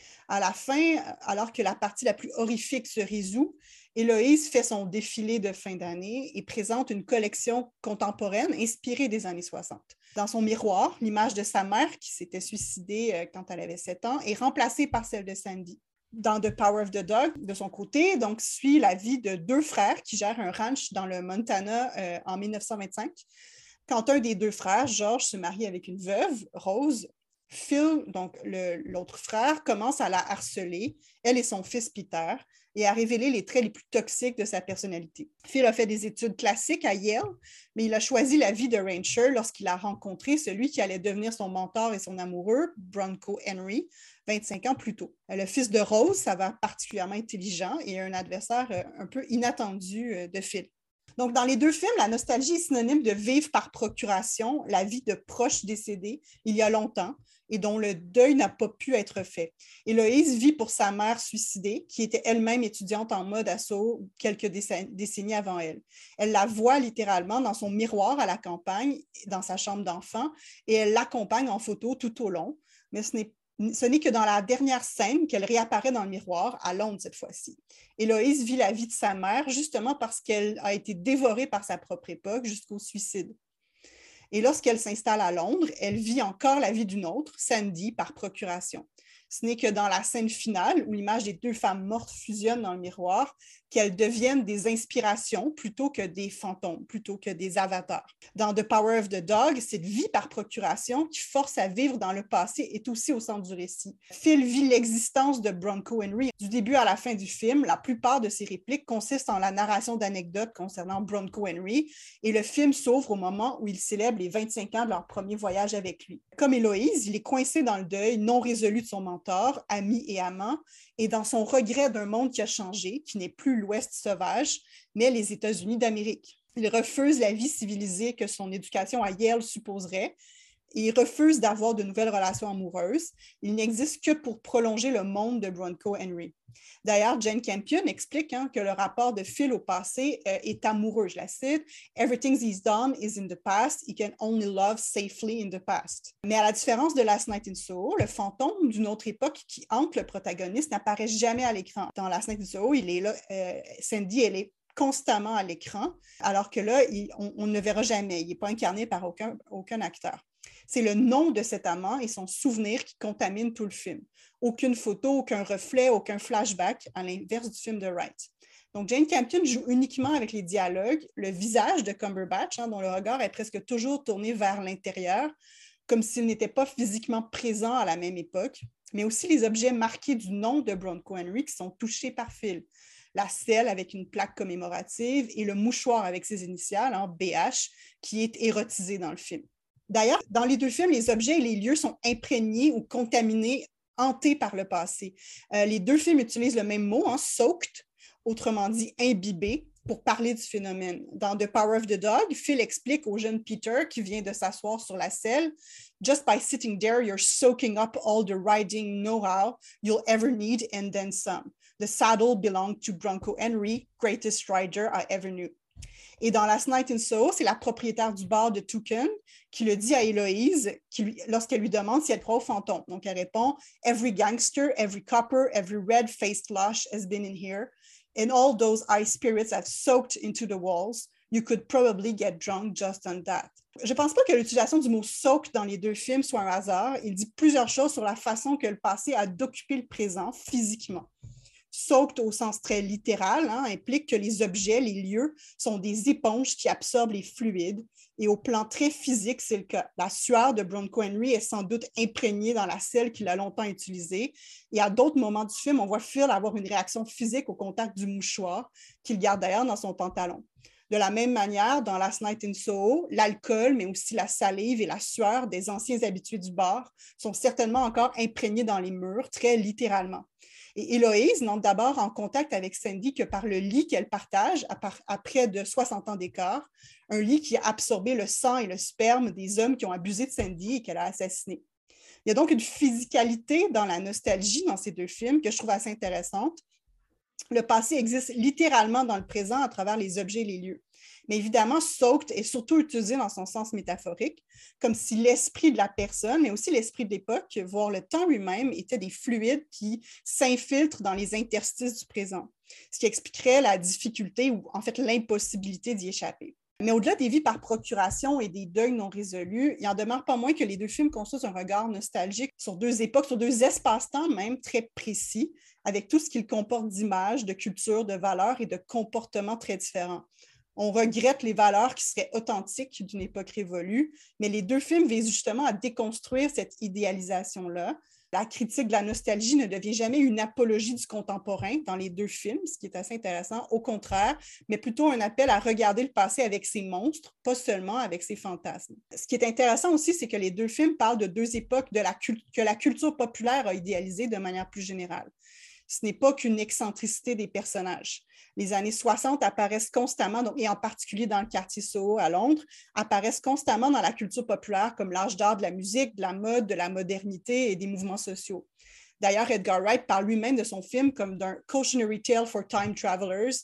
À la fin, alors que la partie la plus horrifique se résout, Héloïse fait son défilé de fin d'année et présente une collection contemporaine inspirée des années 60. Dans son miroir, l'image de sa mère, qui s'était suicidée quand elle avait 7 ans, est remplacée par celle de Sandy. Dans The Power of the Dog, de son côté, donc, suit la vie de deux frères qui gèrent un ranch dans le Montana en 1925. Quand un des deux frères, George, se marie avec une veuve, Rose, Phil, donc l'autre frère, commence à la harceler, elle et son fils Peter, et à révéler les traits les plus toxiques de sa personnalité. Phil a fait des études classiques à Yale, mais il a choisi la vie de Rancher lorsqu'il a rencontré celui qui allait devenir son mentor et son amoureux, Bronco Henry, 25 ans plus tôt. Le fils de Rose s'avère particulièrement intelligent et un adversaire un peu inattendu de Phil. Donc, dans les deux films, la nostalgie est synonyme de vivre par procuration la vie de proches décédés il y a longtemps et dont le deuil n'a pas pu être fait. Héloïse vit pour sa mère suicidée, qui était elle-même étudiante en mode à Soho quelques décennies avant elle. Elle la voit littéralement dans son miroir à la campagne, dans sa chambre d'enfant, et elle l'accompagne en photo tout au long, mais ce n'est que dans la dernière scène qu'elle réapparaît dans le miroir, à Londres cette fois-ci. Héloïse vit la vie de sa mère justement parce qu'elle a été dévorée par sa propre époque jusqu'au suicide. Et lorsqu'elle s'installe à Londres, elle vit encore la vie d'une autre, Sandy, par procuration. Ce n'est que dans la scène finale, où l'image des deux femmes mortes fusionne dans le miroir, qu'elles deviennent des inspirations plutôt que des fantômes, plutôt que des avatars. Dans The Power of the Dog, cette vie par procuration qui force à vivre dans le passé est aussi au centre du récit. Phil vit l'existence de Bronco Henry. Du début à la fin du film, la plupart de ses répliques consistent en la narration d'anecdotes concernant Bronco Henry et le film s'ouvre au moment où il célèbre les 25 ans de leur premier voyage avec lui. Comme Héloïse, il est coincé dans le deuil non résolu de son mentor, ami et amant, et dans son regret d'un monde qui a changé, qui n'est plus l'Ouest sauvage, mais les États-Unis d'Amérique. Il refuse la vie civilisée que son éducation à Yale supposerait et il refuse d'avoir de nouvelles relations amoureuses. Il n'existe que pour prolonger le monde de Bronco Henry. D'ailleurs, Jane Campion explique que le rapport de Phil au passé est amoureux. Je la cite, « Everything he's done is in the past. He can only love safely in the past. » Mais à la différence de Last Night in Soho, le fantôme d'une autre époque qui hante le protagoniste n'apparaît jamais à l'écran. Dans Last Night in Soho, il est là, Sandy, elle est constamment à l'écran, alors que là, on ne le verra jamais. Il n'est pas incarné par aucun acteur. C'est le nom de cet amant et son souvenir qui contaminent tout le film. Aucune photo, aucun reflet, aucun flashback, à l'inverse du film de Wright. Donc, Jane Campion joue uniquement avec les dialogues, le visage de Cumberbatch, dont le regard est presque toujours tourné vers l'intérieur, comme s'il n'était pas physiquement présent à la même époque, mais aussi les objets marqués du nom de Bronco Henry qui sont touchés par Phil. La selle avec une plaque commémorative et le mouchoir avec ses initiales, BH, qui est érotisé dans le film. D'ailleurs, dans les deux films, les objets et les lieux sont imprégnés ou contaminés, hantés par le passé. Les deux films utilisent le même mot, soaked, autrement dit imbibé, pour parler du phénomène. Dans The Power of the Dog, Phil explique au jeune Peter qui vient de s'asseoir sur la selle, « Just by sitting there, you're soaking up all the riding know-how you'll ever need and then some. The saddle belonged to Bronco Henry, greatest rider I ever knew. » Et dans Last Night in Soho, c'est la propriétaire du bar de Toucan qui le dit à Héloïse lorsqu'elle lui demande si elle croit aux fantômes. Donc, elle répond « Every gangster, every copper, every red-faced losh has been in here. And all those ice spirits have soaked into the walls. You could probably get drunk just on that. » Je ne pense pas que l'utilisation du mot « soak » dans les deux films soit un hasard. Il dit plusieurs choses sur la façon que le passé a d'occuper le présent physiquement. Soaked au sens très littéral implique que les objets, les lieux, sont des éponges qui absorbent les fluides. Et au plan très physique, c'est le cas. La sueur de Bronco Henry est sans doute imprégnée dans la selle qu'il a longtemps utilisée. Et à d'autres moments du film, on voit Phil avoir une réaction physique au contact du mouchoir, qu'il garde d'ailleurs dans son pantalon. De la même manière, dans Last Night in Soho, l'alcool, mais aussi la salive et la sueur des anciens habitués du bar sont certainement encore imprégnés dans les murs, très littéralement. Et Héloïse n'entre d'abord en contact avec Sandy que par le lit qu'elle partage à près de 60 ans d'écart, un lit qui a absorbé le sang et le sperme des hommes qui ont abusé de Sandy et qu'elle a assassiné. Il y a donc une physicalité dans la nostalgie dans ces deux films que je trouve assez intéressante. Le passé existe littéralement dans le présent à travers les objets et les lieux. Mais évidemment, soaked est surtout utilisé dans son sens métaphorique, comme si l'esprit de la personne, mais aussi l'esprit de l'époque, voire le temps lui-même, étaient des fluides qui s'infiltrent dans les interstices du présent, ce qui expliquerait la difficulté ou en fait l'impossibilité d'y échapper. Mais au-delà des vies par procuration et des deuils non résolus, il n'en demeure pas moins que les deux films construisent un regard nostalgique sur deux époques, sur deux espaces-temps même très précis, avec tout ce qu'ils comportent d'images, de cultures, de valeurs et de comportements très différents. On regrette les valeurs qui seraient authentiques d'une époque révolue, mais les deux films visent justement à déconstruire cette idéalisation-là. La critique de la nostalgie ne devient jamais une apologie du contemporain dans les deux films, ce qui est assez intéressant, au contraire, mais plutôt un appel à regarder le passé avec ses monstres, pas seulement avec ses fantasmes. Ce qui est intéressant aussi, c'est que les deux films parlent de deux époques que la culture populaire a idéalisées de manière plus générale. Ce n'est pas qu'une excentricité des personnages. Les années 60 apparaissent constamment, et en particulier dans le quartier Soho à Londres, apparaissent constamment dans la culture populaire comme l'âge d'or de la musique, de la mode, de la modernité et des mouvements sociaux. D'ailleurs, Edgar Wright parle lui-même de son film comme d'un cautionary tale for time travelers.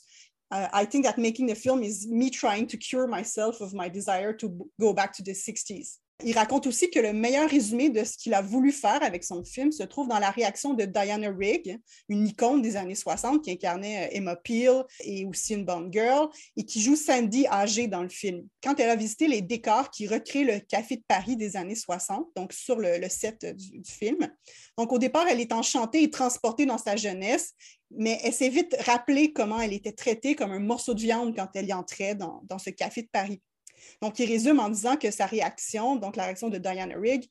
I think that making the film is me trying to cure myself of my desire to go back to the 60s. Il raconte aussi que le meilleur résumé de ce qu'il a voulu faire avec son film se trouve dans la réaction de Diana Rigg, une icône des années 60 qui incarnait Emma Peel et aussi une Bond girl et qui joue Sandy âgée dans le film. Quand elle a visité les décors qui recréent le Café de Paris des années 60, donc sur le set du film, donc au départ, elle est enchantée et transportée dans sa jeunesse, mais elle s'est vite rappelée comment elle était traitée comme un morceau de viande quand elle y entrait dans ce Café de Paris. Donc, il résume en disant que sa réaction, donc la réaction de Diana Rigg,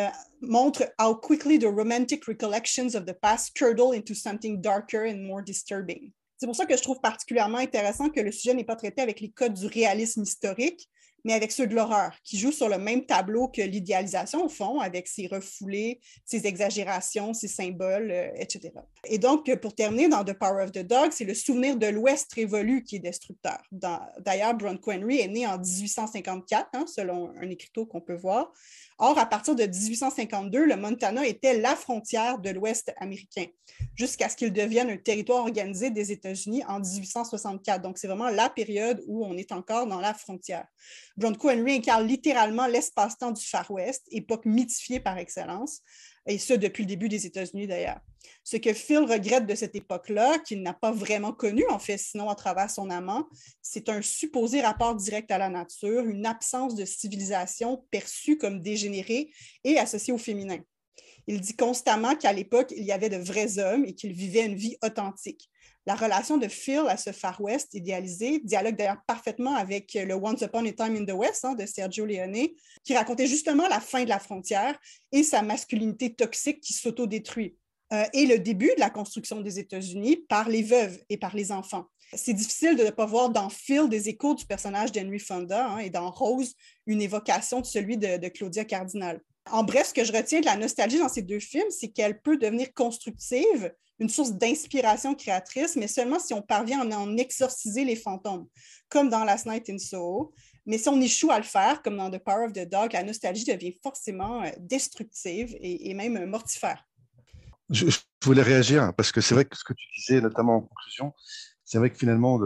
montre how quickly the romantic recollections of the past curdle into something darker and more disturbing. C'est pour ça que je trouve particulièrement intéressant que le sujet n'est pas traité avec les codes du réalisme historique, mais avec ceux de l'horreur, qui jouent sur le même tableau que l'idéalisation, au fond, avec ses refoulés, ses exagérations, ses symboles, etc. Et donc, pour terminer, dans The Power of the Dog, c'est le souvenir de l'Ouest révolu qui est destructeur. D'ailleurs, Bronco Henry est né en 1854, selon un écriteau qu'on peut voir. Or, à partir de 1852, le Montana était la frontière de l'Ouest américain, jusqu'à ce qu'il devienne un territoire organisé des États-Unis en 1864. Donc, c'est vraiment la période où on est encore dans la frontière. Bronco Henry incarne littéralement l'espace-temps du Far West, époque mythifiée par excellence, et ce, depuis le début des États-Unis d'ailleurs. Ce que Phil regrette de cette époque-là, qu'il n'a pas vraiment connue, en fait, sinon à travers son amant, c'est un supposé rapport direct à la nature, une absence de civilisation perçue comme dégénérée et associée au féminin. Il dit constamment qu'à l'époque, il y avait de vrais hommes et qu'ils vivaient une vie authentique. La relation de Phil à ce Far West idéalisé dialogue d'ailleurs parfaitement avec le Once Upon a Time in the West de Sergio Leone, qui racontait justement la fin de la frontière et sa masculinité toxique qui s'autodétruit, et le début de la construction des États-Unis par les veuves et par les enfants. C'est difficile de ne pas voir dans Phil des échos du personnage d'Henry Fonda et dans Rose une évocation de celui de Claudia Cardinal. En bref, ce que je retiens de la nostalgie dans ces deux films, c'est qu'elle peut devenir constructive, une source d'inspiration créatrice, mais seulement si on parvient à en exorciser les fantômes, comme dans Last Night in Soho. Mais si on échoue à le faire, comme dans The Power of the Dog, la nostalgie devient forcément destructive et même mortifère. Je voulais réagir parce que c'est vrai que ce que tu disais, notamment en conclusion, c'est vrai que finalement,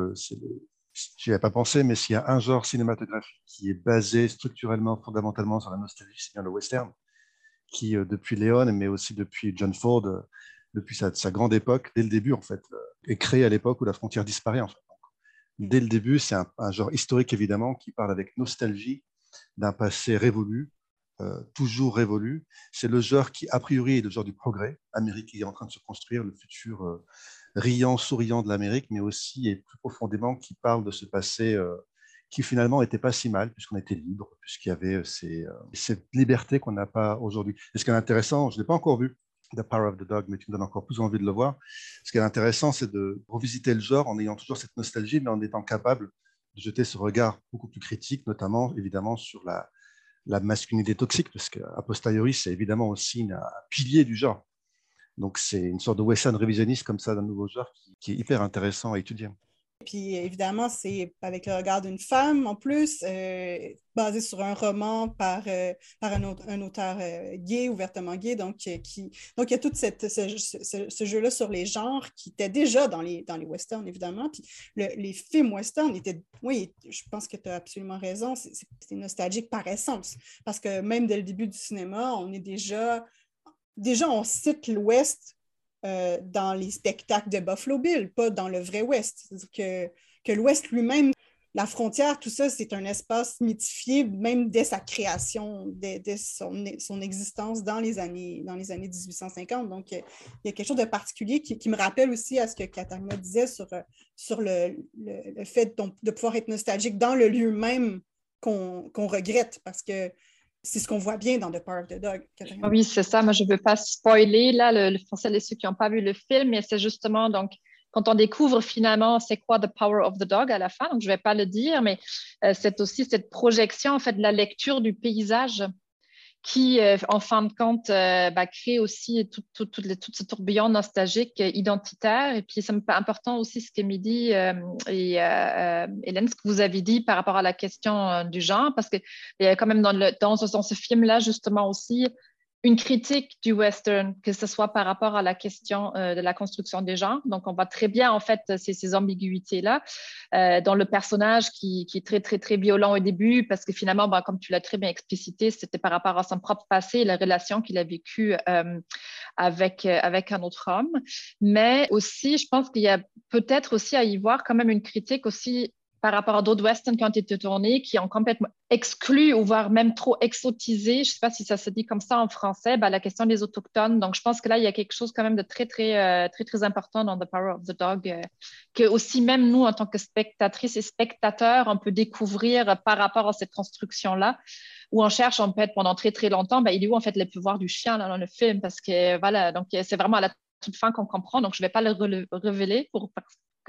j'y avais pas pensé, mais s'il y a un genre cinématographique qui est basé structurellement, fondamentalement sur la nostalgie, c'est bien le western, qui depuis Léon, mais aussi depuis John Ford, depuis sa grande époque, dès le début en fait, est créé à l'époque où la frontière disparaît en fait. Donc, dès le début, c'est un genre historique évidemment qui parle avec nostalgie d'un passé révolu, toujours révolu. C'est le genre qui, a priori, est le genre du progrès. L'Amérique est en train de se construire, le futur riant, souriant de l'Amérique, mais aussi et plus profondément qui parle de ce passé qui finalement n'était pas si mal, puisqu'on était libre, puisqu'il y avait cette liberté qu'on n'a pas aujourd'hui. Et ce qui est intéressant, je ne l'ai pas encore vu, The Power of the Dog, mais tu me donnes encore plus envie de le voir. Ce qui est intéressant, c'est de revisiter le genre en ayant toujours cette nostalgie, mais en étant capable de jeter ce regard beaucoup plus critique, notamment, évidemment, sur la masculinité toxique, parce qu'à posteriori, c'est évidemment aussi un pilier du genre. Donc, c'est une sorte de western révisionniste comme ça d'un nouveau genre qui est hyper intéressant à étudier. Puis évidemment, c'est avec le regard d'une femme en plus, basé sur un roman par un auteur gay, ouvertement gay. Donc, il y a tout ce jeu-là sur les genres qui était déjà dans les westerns, évidemment. Puis les films westerns étaient, oui, je pense que tu as absolument raison, c'est nostalgique par essence. Parce que même dès le début du cinéma, on est déjà on cite l'Ouest dans les spectacles de Buffalo Bill, pas dans le vrai Ouest. C'est-à-dire que l'Ouest lui-même, la frontière, tout ça, c'est un espace mythifié, même dès sa création, dès son existence dans les années 1850. Donc, il y a quelque chose de particulier qui me rappelle aussi à ce que Katharina disait sur le fait de pouvoir être nostalgique dans le lieu même qu'on regrette, parce que c'est ce qu'on voit bien dans The Power of the Dog. Katharina. Oui, c'est ça. Moi, je ne veux pas spoiler là, pour celles et ceux qui n'ont pas vu le film, mais c'est justement donc quand on découvre finalement c'est quoi The Power of the Dog à la fin. Donc, je ne vais pas le dire, mais c'est aussi cette projection en fait de la lecture du paysage qui, en fin de compte, crée aussi tout ce tourbillon nostalgique, identitaire. Et puis, ça me paraît important aussi ce qu'Émilie et Hélène, ce que vous avez dit par rapport à la question du genre, parce qu'il y a quand même dans ce film-là, justement aussi, une critique du western, que ce soit par rapport à la question de la construction des genres. Donc, on voit très bien, en fait, ces ambiguïtés-là dans le personnage qui est très, très, très violent au début, parce que finalement, comme tu l'as très bien explicité, c'était par rapport à son propre passé et la relation qu'il a vécue avec un autre homme. Mais aussi, je pense qu'il y a peut-être aussi à y voir quand même une critique aussi par rapport à d'autres westerns qui ont été tournés, qui ont complètement exclu ou voire même trop exotisé, je ne sais pas si ça se dit comme ça en français, la question des autochtones. Donc, je pense que là, il y a quelque chose quand même de très, très, très, très important dans The Power of the Dog, que aussi même nous, en tant que spectatrices et spectateurs, on peut découvrir par rapport à cette construction-là, où on cherche, on peut être pendant très, très longtemps, il est où en fait les pouvoirs du chien là, dans le film, parce que voilà, donc c'est vraiment à la toute fin qu'on comprend, donc je ne vais pas le révéler pour que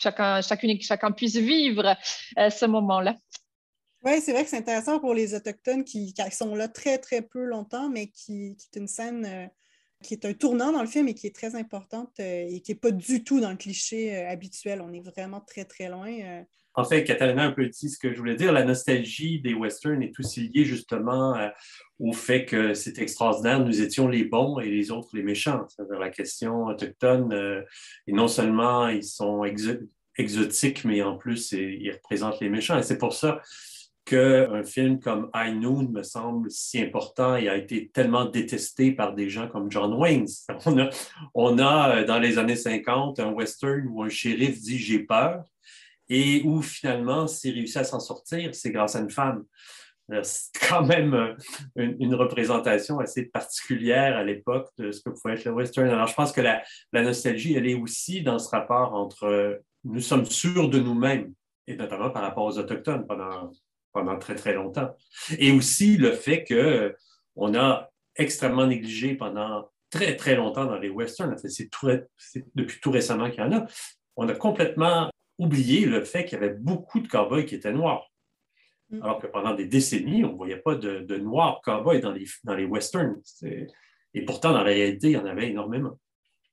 chacun puisse vivre ce moment-là. Oui, c'est vrai que c'est intéressant pour les Autochtones qui sont là très, très peu longtemps, mais qui est une scène qui est un tournant dans le film et qui est très importante et qui n'est pas du tout dans le cliché habituel. On est vraiment très, très loin. En fait, Katharina a un peu dit ce que je voulais dire. La nostalgie des westerns est aussi liée justement au fait que c'est extraordinaire. Nous étions les bons et les autres les méchants. C'est-à-dire la question autochtone. Et non seulement ils sont exotiques, mais en plus, ils représentent les méchants. Et c'est pour ça qu'un film comme High Noon me semble si important et a été tellement détesté par des gens comme John Wayne. On a dans les années 50, un western où un shérif dit « j'ai peur ». Et où finalement, s'il réussit à s'en sortir, c'est grâce à une femme. C'est quand même une représentation assez particulière à l'époque de ce que pouvait être le western. Alors, je pense que la nostalgie, elle est aussi dans ce rapport entre nous sommes sûrs de nous-mêmes, et notamment par rapport aux Autochtones pendant très, très longtemps. Et aussi le fait qu'on a extrêmement négligé pendant très, très longtemps dans les westerns. En fait, c'est depuis tout récemment qu'il y en a. On a complètement oublié le fait qu'il y avait beaucoup de cow-boys qui étaient noirs. Alors que pendant des décennies, on ne voyait pas de noirs cow-boys dans les westerns. Et pourtant, dans la réalité, il y en avait énormément.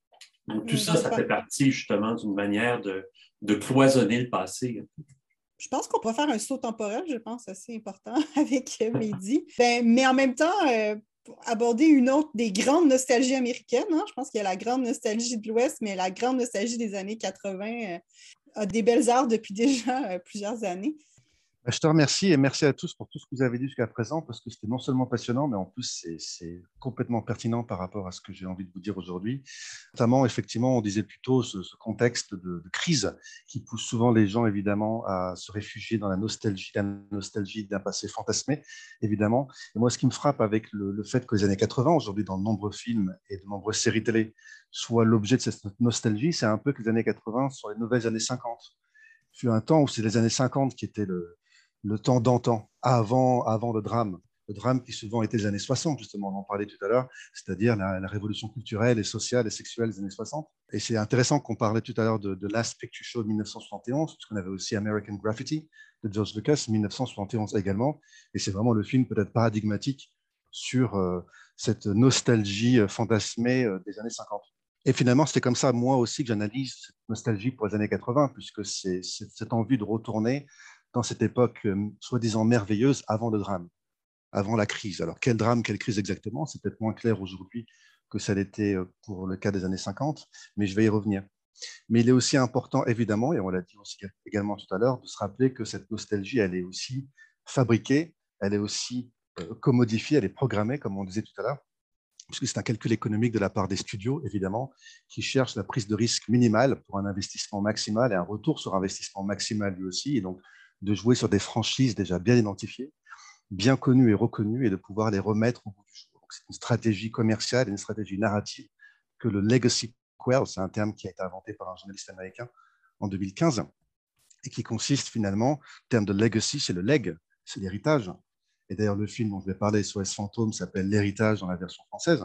Donc, tout ça, ça fait partie justement d'une manière de cloisonner le passé. Je pense qu'on peut faire un saut temporel, je pense, assez important avec Mehdi. Mais en même temps, pour aborder une autre des grandes nostalgies américaines, hein, je pense qu'il y a la grande nostalgie de l'Ouest, mais la grande nostalgie des années 80 a des belles heures depuis déjà plusieurs années. Je te remercie et merci à tous pour tout ce que vous avez dit jusqu'à présent parce que c'était non seulement passionnant, mais en plus c'est complètement pertinent par rapport à ce que j'ai envie de vous dire aujourd'hui. Notamment, effectivement, on disait plutôt ce contexte de crise qui pousse souvent les gens évidemment à se réfugier dans la nostalgie d'un passé fantasmé, évidemment. Et moi, ce qui me frappe avec le fait que les années 80, aujourd'hui, dans de nombreux films et de nombreuses séries télé, soient l'objet de cette nostalgie, c'est un peu que les années 80 sont les nouvelles années 50. Il fut un temps où c'est les années 50 qui étaient le temps d'antan, avant le drame qui souvent était les années 60, justement, on en parlait tout à l'heure, c'est-à-dire la révolution culturelle et sociale et sexuelle des années 60. Et c'est intéressant qu'on parlait tout à l'heure de Last Picture Show de 1971, puisqu'on avait aussi American Graffiti de George Lucas, 1971 également, et c'est vraiment le film peut-être paradigmatique sur cette nostalgie fantasmée des années 50. Et finalement, c'est comme ça, moi aussi, que j'analyse cette nostalgie pour les années 80, puisque c'est cette envie de retourner dans cette époque soi-disant merveilleuse avant le drame, avant la crise. Alors, quel drame, quelle crise exactement? C'est peut-être moins clair aujourd'hui que ça l'était pour le cas des années 50, mais je vais y revenir. Mais il est aussi important, évidemment, et on l'a dit aussi également tout à l'heure, de se rappeler que cette nostalgie, elle est aussi fabriquée, elle est aussi commodifiée, elle est programmée, comme on disait tout à l'heure, puisque c'est un calcul économique de la part des studios, évidemment, qui cherchent la prise de risque minimale pour un investissement maximal et un retour sur investissement maximal lui aussi, et donc de jouer sur des franchises déjà bien identifiées, bien connues et reconnues, et de pouvoir les remettre au bout du jour. Donc, c'est une stratégie commerciale et une stratégie narrative que le legacy sequel, c'est un terme qui a été inventé par un journaliste américain en 2015, et qui consiste finalement, le terme de legacy, c'est le leg, c'est l'héritage. Et d'ailleurs, le film dont je vais parler, SOS Fantôme, s'appelle L'héritage dans la version française.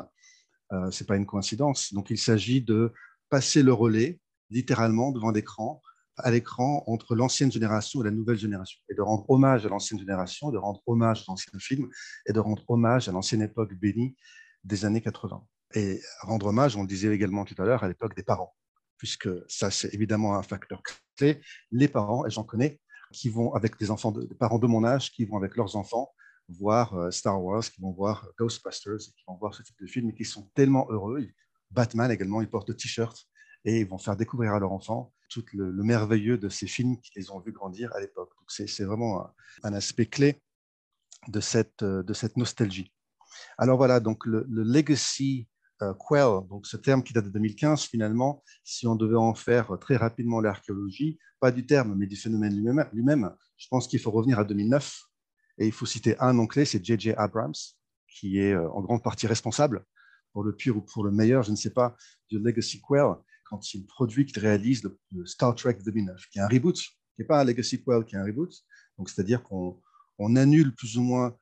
Ce n'est pas une coïncidence. Donc, il s'agit de passer le relais, littéralement, devant l'écran, à l'écran entre l'ancienne génération et la nouvelle génération, et de rendre hommage à l'ancienne génération, de rendre hommage à l'ancien film, et de rendre hommage à l'ancienne époque bénie des années 80. Et rendre hommage, on le disait également tout à l'heure, à l'époque des parents, puisque ça, c'est évidemment un facteur clé. Les parents, et j'en connais, qui vont avec des parents de mon âge, qui vont avec leurs enfants voir Star Wars, qui vont voir Ghostbusters, qui vont voir ce type de film, et qui sont tellement heureux. Batman également, ils portent de t-shirts, et ils vont faire découvrir à leurs enfants tout le merveilleux de ces films qui les ont vus grandir à l'époque. Donc c'est vraiment un aspect clé de cette nostalgie. Alors voilà, donc le legacy quell, donc ce terme qui date de 2015, finalement, si on devait en faire très rapidement l'archéologie, pas du terme, mais du phénomène lui-même, je pense qu'il faut revenir à 2009, et il faut citer un nom clé, c'est J.J. Abrams, qui est en grande partie responsable, pour le pire ou pour le meilleur, je ne sais pas, du legacy quell, quand il produit, qu'il réalise le Star Trek 2009, qui est un reboot, qui n'est pas un legacy quell, qui est un reboot, donc c'est-à-dire qu'on annule plus ou moins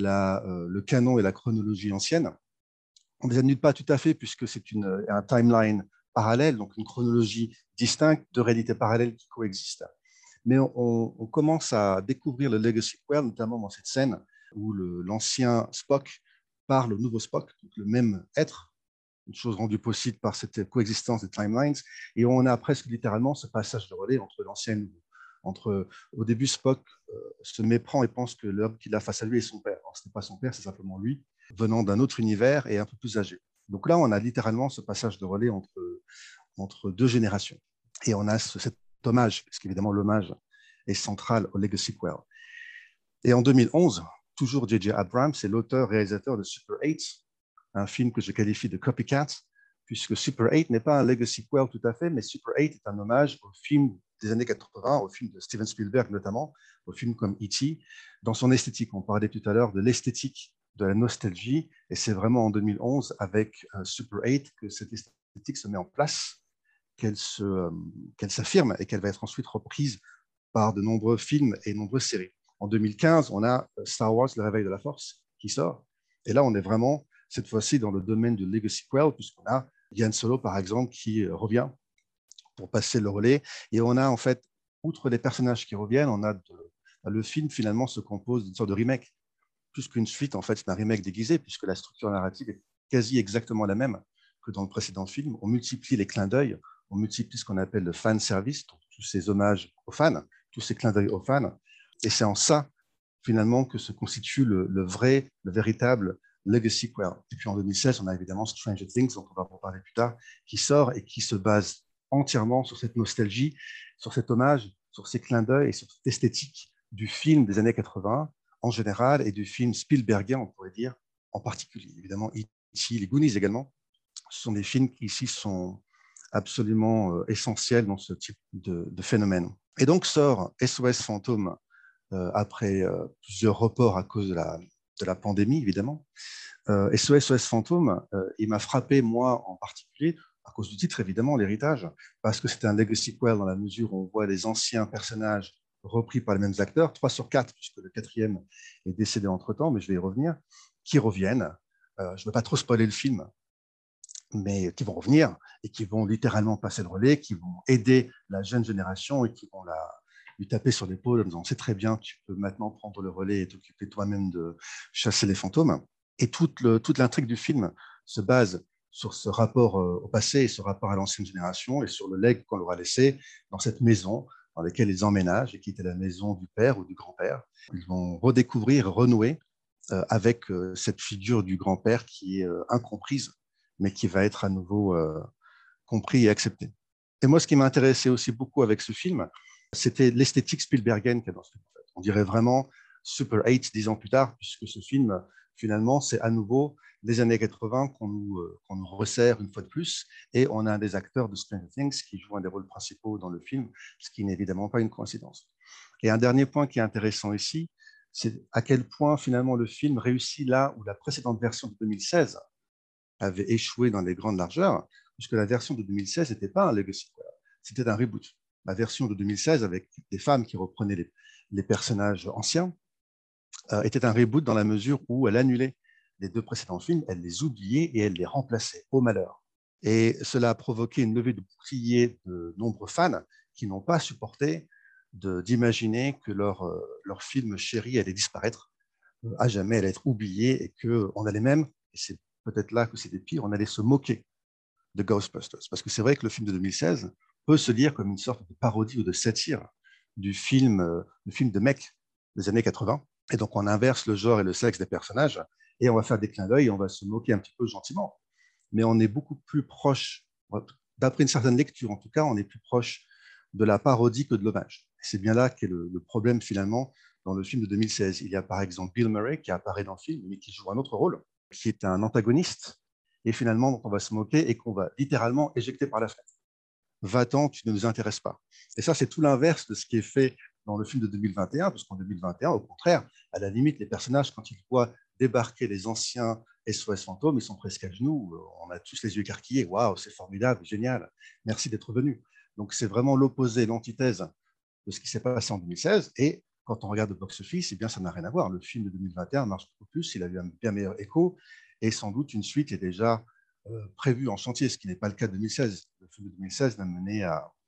le canon et la chronologie ancienne. On ne les annule pas tout à fait, puisque c'est un timeline parallèle, donc une chronologie distincte, de réalités parallèles qui coexistent. Mais on commence à découvrir le legacy quell, notamment dans cette scène où l'ancien Spock parle au nouveau Spock, donc le même être, une chose rendue possible par cette coexistence des timelines, et on a presque littéralement ce passage de relais entre l'ancien et le nouveau. Au début, Spock se méprend et pense que l'homme qu'il a face à lui est son père. Alors, ce n'est pas son père, c'est simplement lui, venant d'un autre univers et un peu plus âgé. Donc là, on a littéralement ce passage de relais entre deux générations. Et on a cet hommage, parce qu'évidemment, l'hommage est central au legacy quell. Et en 2011, toujours J.J. Abrams est l'auteur-réalisateur de Super 8, un film que je qualifie de copycat, puisque Super 8 n'est pas un legacy quell tout à fait, mais Super 8 est un hommage au film des années 80, au film de Steven Spielberg notamment, au film comme E.T., dans son esthétique. On parlait tout à l'heure de l'esthétique de la nostalgie, et c'est vraiment en 2011, avec Super 8, que cette esthétique se met en place, qu'elle s'affirme et qu'elle va être ensuite reprise par de nombreux films et de nombreuses séries. En 2015, on a Star Wars, Le Réveil de la Force, qui sort, et là, on est vraiment, cette fois-ci, dans le domaine du legacy quell, puisqu'on a Han Solo, par exemple, qui revient pour passer le relais. Et on a, en fait, outre les personnages qui reviennent, le film, finalement, se compose d'une sorte de remake. Plus qu'une suite, en fait, c'est un remake déguisé, puisque la structure narrative est quasi exactement la même que dans le précédent film. On multiplie les clins d'œil, on multiplie ce qu'on appelle le fan service, donc tous ces hommages aux fans, tous ces clins d'œil aux fans. Et c'est en ça, finalement, que se constitue le véritable legacy sequel. Et puis en 2016, on a évidemment Stranger Things, dont on va en parler plus tard, qui sort et qui se base entièrement sur cette nostalgie, sur cet hommage, sur ces clins d'œil et sur cette esthétique du film des années 80 en général et du film Spielbergien, on pourrait dire, en particulier. Évidemment, E.T., les Goonies également, ce sont des films qui ici sont absolument essentiels dans ce type de phénomène. Et donc sort SOS Fantôme après plusieurs reports à cause de la pandémie, évidemment. SOS Fantôme, il m'a frappé, moi en particulier, à cause du titre, évidemment, l'héritage, parce que c'est un legacy sequel dans la mesure où on voit les anciens personnages repris par les mêmes acteurs, 3 sur 4, puisque le 4e est décédé entre-temps, mais je vais y revenir, qui reviennent. Je ne veux pas trop spoiler le film, mais qui vont revenir et qui vont littéralement passer le relais, qui vont aider la jeune génération et qui vont lui taper sur l'épaule en disant « c'est très bien, tu peux maintenant prendre le relais et t'occuper toi-même de chasser les fantômes ». Et toute l'intrigue du film se base sur ce rapport au passé et ce rapport à l'ancienne génération et sur le legs qu'on leur a laissé dans cette maison dans laquelle ils emménagent et qui était la maison du père ou du grand-père. Ils vont redécouvrir, renouer avec cette figure du grand-père qui est incomprise, mais qui va être à nouveau compris et accepté. Et moi, ce qui m'a intéressé aussi beaucoup avec ce film, c'était l'esthétique Spielbergienne qu'il y a dans ce film. On dirait vraiment Super 8 10 ans plus tard, puisque ce film, finalement, c'est à nouveau les années 80 qu'on nous resserre une fois de plus, et on a un des acteurs de Stranger Things qui joue un des rôles principaux dans le film, ce qui n'est évidemment pas une coïncidence. Et un dernier point qui est intéressant ici, c'est à quel point finalement le film réussit là où la précédente version de 2016 avait échoué dans les grandes largeurs, puisque la version de 2016 n'était pas un legacy sequel, c'était un reboot. La version de 2016, avec des femmes qui reprenaient les personnages anciens, était un reboot dans la mesure où elle annulait les 2 précédents films, elle les oubliait et elle les remplaçait, au malheur. Et cela a provoqué une levée de boucliers de nombreux fans qui n'ont pas supporté d'imaginer que leur film chéri allait disparaître à jamais, allait être oublié et qu'on allait même, et c'est peut-être là que c'était pire, on allait se moquer de Ghostbusters. Parce que c'est vrai que le film de 2016 peut se lire comme une sorte de parodie ou de satire du film de mec des années 80. Et donc, on inverse le genre et le sexe des personnages et on va faire des clins d'œil et on va se moquer un petit peu gentiment. Mais on est beaucoup plus proche, d'après une certaine lecture en tout cas, on est plus proche de la parodie que de l'hommage. C'est bien là qu'est le problème finalement dans le film de 2016. Il y a par exemple Bill Murray qui apparaît dans le film, mais qui joue un autre rôle, qui est un antagoniste, et finalement dont on va se moquer et qu'on va littéralement éjecter par la fenêtre. Va-t'en, tu ne nous intéresses pas. Et ça, c'est tout l'inverse de ce qui est fait dans le film de 2021, parce qu'en 2021, au contraire, à la limite, les personnages, quand ils voient débarquer les anciens SOS Fantômes, ils sont presque à genoux, on a tous les yeux écarquillés, waouh, c'est formidable, génial, merci d'être venu. Donc c'est vraiment l'opposé, l'antithèse de ce qui s'est passé en 2016, et quand on regarde le box-office, eh bien, ça n'a rien à voir. Le film de 2021 marche beaucoup plus, il a eu un bien meilleur écho, et sans doute une suite est déjà prévue en chantier, ce qui n'est pas le cas de 2016. Le film de 2016 n'a mené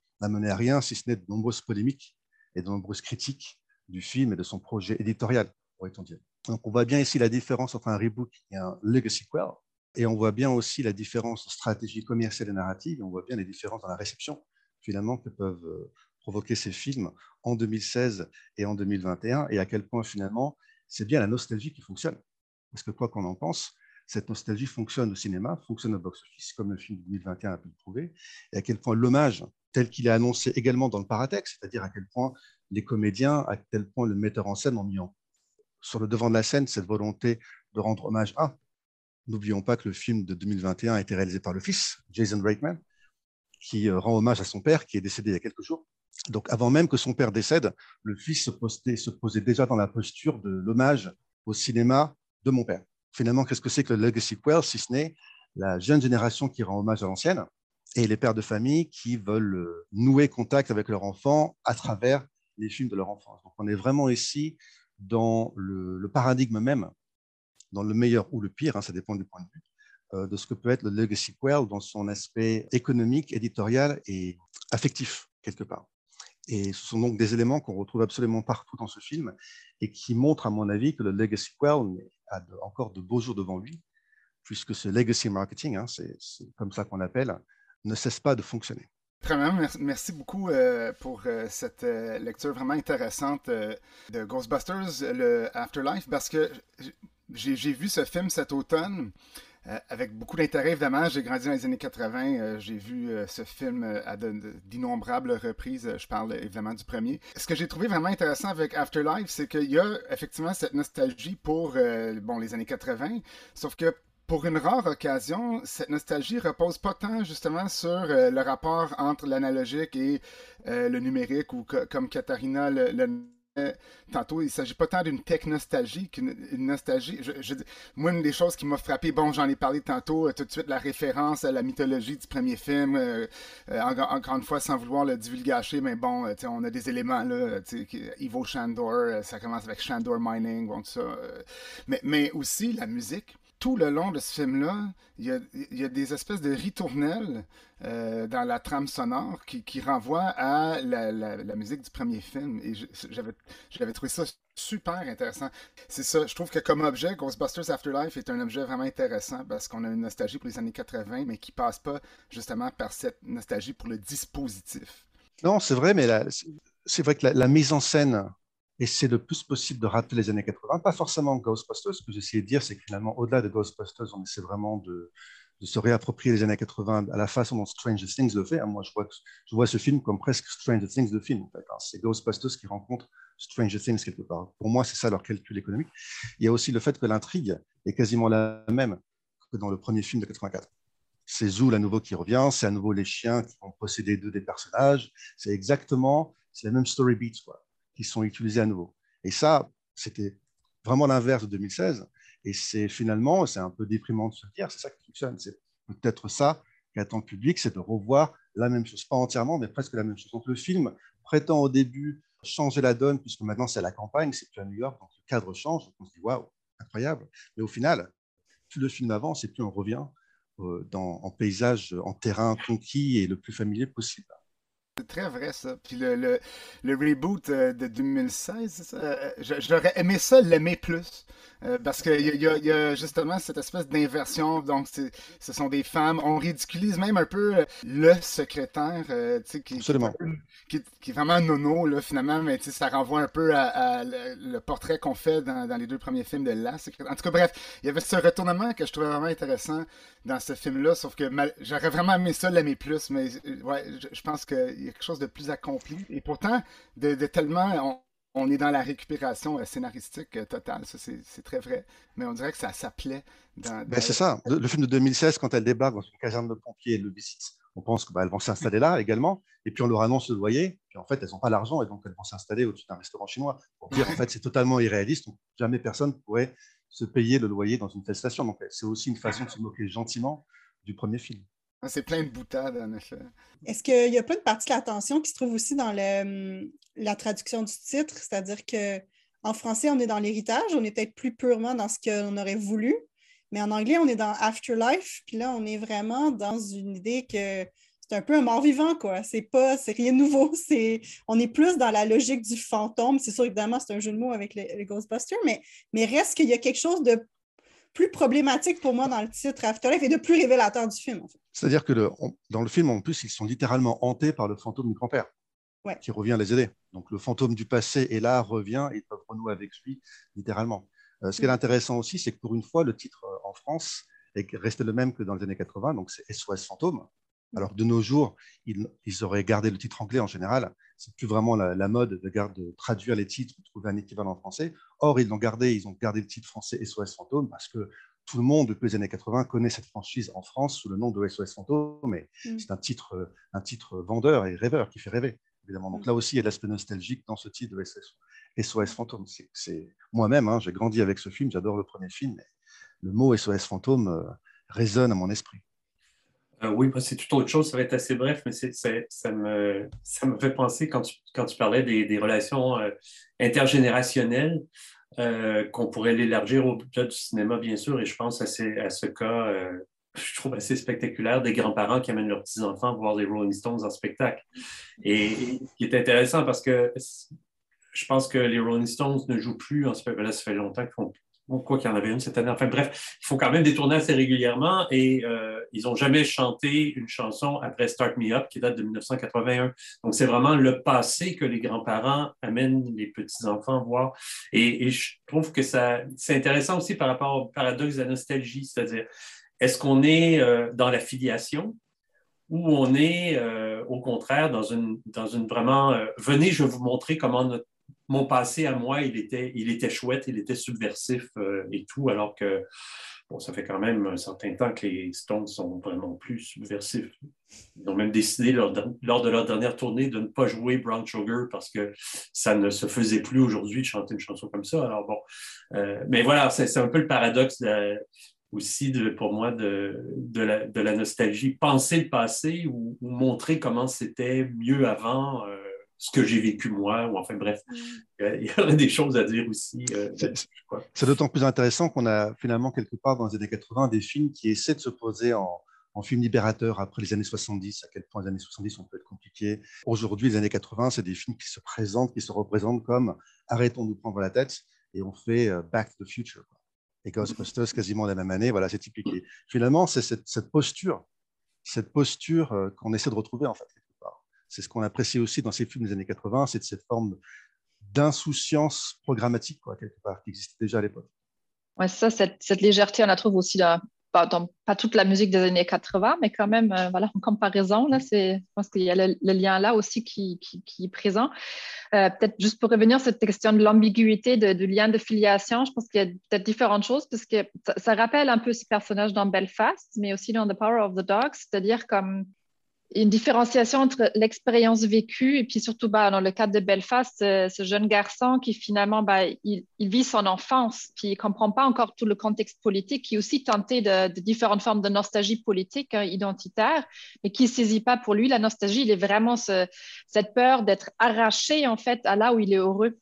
à rien, si ce n'est de nombreuses polémiques et de nombreuses critiques du film et de son projet éditorial, pourrait-on dire. Donc on voit bien ici la différence entre un reboot et un legacy sequel, et on voit bien aussi la différence de stratégie commerciale et narrative, et on voit bien les différences dans la réception, finalement, que peuvent provoquer ces films en 2016 et en 2021, et à quel point, finalement, c'est bien la nostalgie qui fonctionne. Parce que quoi qu'on en pense, cette nostalgie fonctionne au cinéma, fonctionne au box-office, comme le film de 2021 a pu le prouver, et à quel point l'hommage, tel qu'il est annoncé également dans le paratexte, c'est-à-dire à quel point les comédiens, à quel point le metteur en scène ont mis sur le devant de la scène cette volonté de rendre hommage à. N'oublions pas que le film de 2021 a été réalisé par le fils, Jason Reitman, qui rend hommage à son père, qui est décédé il y a quelques jours. Donc avant même que son père décède, le fils se posait déjà dans la posture de l'hommage au cinéma de mon père. Finalement, qu'est-ce que c'est que le legacy sequel, si ce n'est la jeune génération qui rend hommage à l'ancienne et les pères de famille qui veulent nouer contact avec leur enfant à travers les films de leur enfance. Donc on est vraiment ici dans le paradigme même, dans le meilleur ou le pire, hein, ça dépend du point de vue, de ce que peut être le legacy sequel dans son aspect économique, éditorial et affectif, quelque part. Et ce sont donc des éléments qu'on retrouve absolument partout dans ce film et qui montrent, à mon avis, que le legacy sequel a encore de beaux jours devant lui puisque ce legacy marketing, hein, c'est comme ça qu'on l'appelle, ne cesse pas de fonctionner. Premièrement, merci beaucoup pour cette lecture vraiment intéressante de Ghostbusters, le Afterlife, parce que j'ai vu ce film cet automne avec beaucoup d'intérêt, évidemment. J'ai grandi dans les années 80, j'ai vu ce film à d'innombrables reprises. Je parle évidemment du premier. Ce que j'ai trouvé vraiment intéressant avec Afterlife, c'est qu'il y a effectivement cette nostalgie pour les années 80, sauf que pour une rare occasion, cette nostalgie repose pas tant justement sur le rapport entre l'analogique et le numérique, ou comme Katharina le tantôt, il ne s'agit pas tant d'une tech-nostalgie qu'une nostalgie. Moi, une des choses qui m'a frappé, j'en ai parlé tantôt, tout de suite, la référence à la mythologie du premier film, encore une fois, sans vouloir le divulgacher, mais on a des éléments, là, Ivo Shandor, ça commence avec Shandor Mining, tout ça. Mais aussi la musique. Tout le long de ce film-là, il y a des espèces de ritournelles dans la trame sonore qui renvoient à la musique du premier film. Et j'avais trouvé ça super intéressant. C'est ça, je trouve que comme objet, Ghostbusters Afterlife est un objet vraiment intéressant parce qu'on a une nostalgie pour les années 80, mais qui passe pas justement par cette nostalgie pour le dispositif. Non, c'est vrai, mais c'est vrai que la mise en scène essaie le plus possible de rappeler les années 80, pas forcément Ghostbusters. Ce que j'essayais de dire, c'est que finalement, au-delà de Ghostbusters, on essaie vraiment de se réapproprier les années 80 à la façon dont Stranger Things le fait. Moi, je vois ce film comme presque Stranger Things le film. En fait. C'est Ghostbusters qui rencontre Stranger Things quelque part. Pour moi, c'est ça leur calcul économique. Il y a aussi le fait que l'intrigue est quasiment la même que dans le premier film de 84. C'est Zool à nouveau qui revient, c'est à nouveau les chiens qui vont posséder deux des personnages. C'est la même story beats, quoi, qui sont utilisés à nouveau. Et ça, c'était vraiment l'inverse de 2016. Et c'est un peu déprimant de se dire, c'est ça qui fonctionne. C'est peut-être ça qu'attend le public, c'est de revoir la même chose, pas entièrement, mais presque la même chose. Donc le film prétend au début changer la donne, puisque maintenant c'est la campagne, c'est plus à New York, donc le cadre change. Donc on se dit, waouh, incroyable. Mais au final, plus le film avance et plus on revient en paysage, en terrain conquis et le plus familier possible. C'est très vrai, ça. Puis le reboot de 2016, c'est ça? J'aurais aimé ça l'aimer plus. Parce qu'il y a justement cette espèce d'inversion. Donc, ce sont des femmes. On ridiculise même un peu le secrétaire, Absolument. qui est vraiment nono, là, finalement. Mais ça renvoie un peu à le portrait qu'on fait dans les deux premiers films de la secrétaire. En tout cas, bref, il y avait ce retournement que je trouvais vraiment intéressant dans ce film-là. Sauf que j'aurais vraiment aimé ça l'aimer plus. Mais ouais, je pense qu'il y a quelque chose de plus accompli. Et pourtant, de tellement... On est dans la récupération scénaristique totale, ça c'est très vrai. Mais on dirait que ça plaît. C'est ça. Le film de 2016, quand elle débarque dans une caserne de pompiers et le visite, on pense qu'elles vont s'installer là également. Et puis on leur annonce le loyer. Puis en fait, elles n'ont pas l'argent et donc elles vont s'installer au-dessus d'un restaurant chinois. Pour dire, en fait, c'est totalement irréaliste. Donc, jamais personne ne pourrait se payer le loyer dans une telle station. Donc c'est aussi une façon de se moquer gentiment du premier film. C'est plein de boutades, en effet. Est-ce qu'il n'y a pas une partie de l'attention qui se trouve aussi dans la traduction du titre? C'est-à-dire qu'en français, on est dans l'héritage, on est peut-être plus purement dans ce qu'on aurait voulu, mais en anglais, on est dans Afterlife, puis là, on est vraiment dans une idée que c'est un peu un mort-vivant, quoi. C'est rien de nouveau. On est plus dans la logique du fantôme. C'est sûr, évidemment, c'est un jeu de mots avec les Ghostbusters, mais reste qu'il y a quelque chose de plus problématique pour moi dans le titre Afterlife et de plus révélateur du film, en fait. C'est-à-dire que dans le film, en plus, ils sont littéralement hantés par le fantôme du grand-père qui revient les aider. Donc le fantôme du passé est là, revient, et ils peuvent renouer avec lui, littéralement. Ce qui est intéressant aussi, c'est que pour une fois, le titre en France est resté le même que dans les années 80, donc c'est SOS Fantôme. Alors de nos jours, ils auraient gardé le titre anglais en général. C'est plus vraiment la mode de traduire les titres, de trouver un équivalent en français. Or, ils ont gardé le titre français SOS Fantôme parce que tout le monde, depuis les années 80, connaît cette franchise en France sous le nom de SOS Fantôme. Mais c'est un titre vendeur et rêveur qui fait rêver, évidemment. Donc là aussi, il y a de l'aspect nostalgique dans ce titre de SOS Fantôme. Moi-même, j'ai grandi avec ce film, j'adore le premier film, mais le mot SOS Fantôme résonne à mon esprit. Oui, c'est tout autre chose, ça va être assez bref, mais ça me fait penser quand tu parlais des relations intergénérationnelles, qu'on pourrait l'élargir au-delà du cinéma, bien sûr, et je pense à ce cas, je trouve assez spectaculaire, des grands-parents qui amènent leurs petits-enfants voir les Rolling Stones en spectacle. Et qui est intéressant parce que je pense que les Rolling Stones ne jouent plus en spectacle. Là, ça fait longtemps Quoi qu'il y en avait une cette année. Enfin bref, ils font quand même des tournées assez régulièrement et ils n'ont jamais chanté une chanson après Start Me Up qui date de 1981. Donc c'est vraiment le passé que les grands-parents amènent les petits-enfants voir. Et je trouve que c'est intéressant aussi par rapport au paradoxe de la nostalgie, c'est-à-dire est-ce qu'on est dans la filiation ou on est au contraire dans une vraiment venez, je vais vous montrer comment mon passé à moi, il était chouette, il était subversif et tout, alors que bon, ça fait quand même un certain temps que les Stones sont vraiment plus subversifs. Ils ont même décidé lors de leur dernière tournée de ne pas jouer Brown Sugar parce que ça ne se faisait plus aujourd'hui de chanter une chanson comme ça. Alors bon, mais voilà, c'est un peu le paradoxe aussi pour moi de la nostalgie. Penser le passé ou montrer comment c'était mieux avant ce que j'ai vécu moi, ou enfin bref, il y aurait des choses à dire aussi. C'est d'autant plus intéressant qu'on a finalement quelque part dans les années 80 des films qui essaient de se poser en film libérateur après les années 70, à quel point les années 70 ont pu être compliquées. Aujourd'hui, les années 80, c'est des films qui se présentent, qui se représentent comme arrêtons de nous prendre la tête et on fait Back to the Future. Et Ghostbusters, quasiment la même année, voilà, c'est typique. Et finalement, c'est cette posture qu'on essaie de retrouver en fait quelque part. C'est ce qu'on apprécie aussi dans ces films des années 80, c'est cette forme d'insouciance programmatique, quoi, quelque part, qui existait déjà à l'époque. Ouais, ça, cette légèreté, on la trouve aussi dans pas toute la musique des années 80, mais quand même, voilà, en comparaison, là, je pense qu'il y a le lien là aussi qui est présent. Peut-être juste pour revenir sur cette question de l'ambiguïté du lien de filiation, je pense qu'il y a peut-être différentes choses, parce que ça rappelle un peu ce personnage dans Belfast, mais aussi dans The Power of the Dog, c'est-à-dire comme une différenciation entre l'expérience vécue et puis surtout dans le cadre de Belfast, ce jeune garçon qui finalement il vit son enfance puis il ne comprend pas encore tout le contexte politique, qui est aussi tenté de différentes formes de nostalgie politique identitaire, mais qui ne saisit pas. Pour lui, la nostalgie, il est vraiment cette peur d'être arraché en fait à là où il est heureux.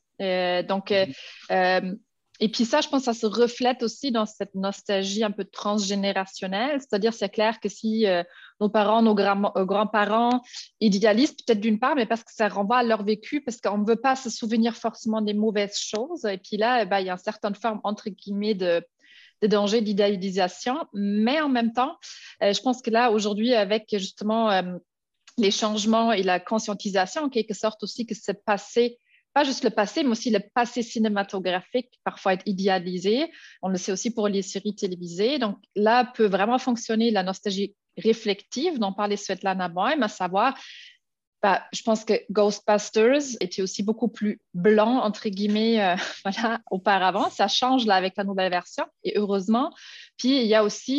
Et puis ça, je pense que ça se reflète aussi dans cette nostalgie un peu transgénérationnelle. C'est-à-dire, c'est clair que si nos parents, nos grands-parents idéalisent, peut-être d'une part, mais parce que ça renvoie à leur vécu, parce qu'on ne veut pas se souvenir forcément des mauvaises choses. Et puis là, il y a une certaine forme, entre guillemets, de danger d'idéalisation. Mais en même temps, je pense que là, aujourd'hui, avec justement les changements et la conscientisation, en quelque sorte aussi, que ce passé, pas juste le passé, mais aussi le passé cinématographique, parfois être idéalisé. On le sait aussi pour les séries télévisées. Donc là, peut vraiment fonctionner la nostalgie réflective dont parlait Svetlana Boym, à savoir, je pense que Ghostbusters était aussi beaucoup plus blanc, entre guillemets, voilà, auparavant. Ça change là avec la nouvelle version, et heureusement. Puis il y a aussi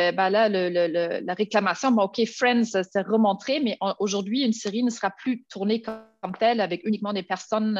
la réclamation. OK, Friends s'est remontré, mais aujourd'hui, une série ne sera plus tournée comme telle avec uniquement des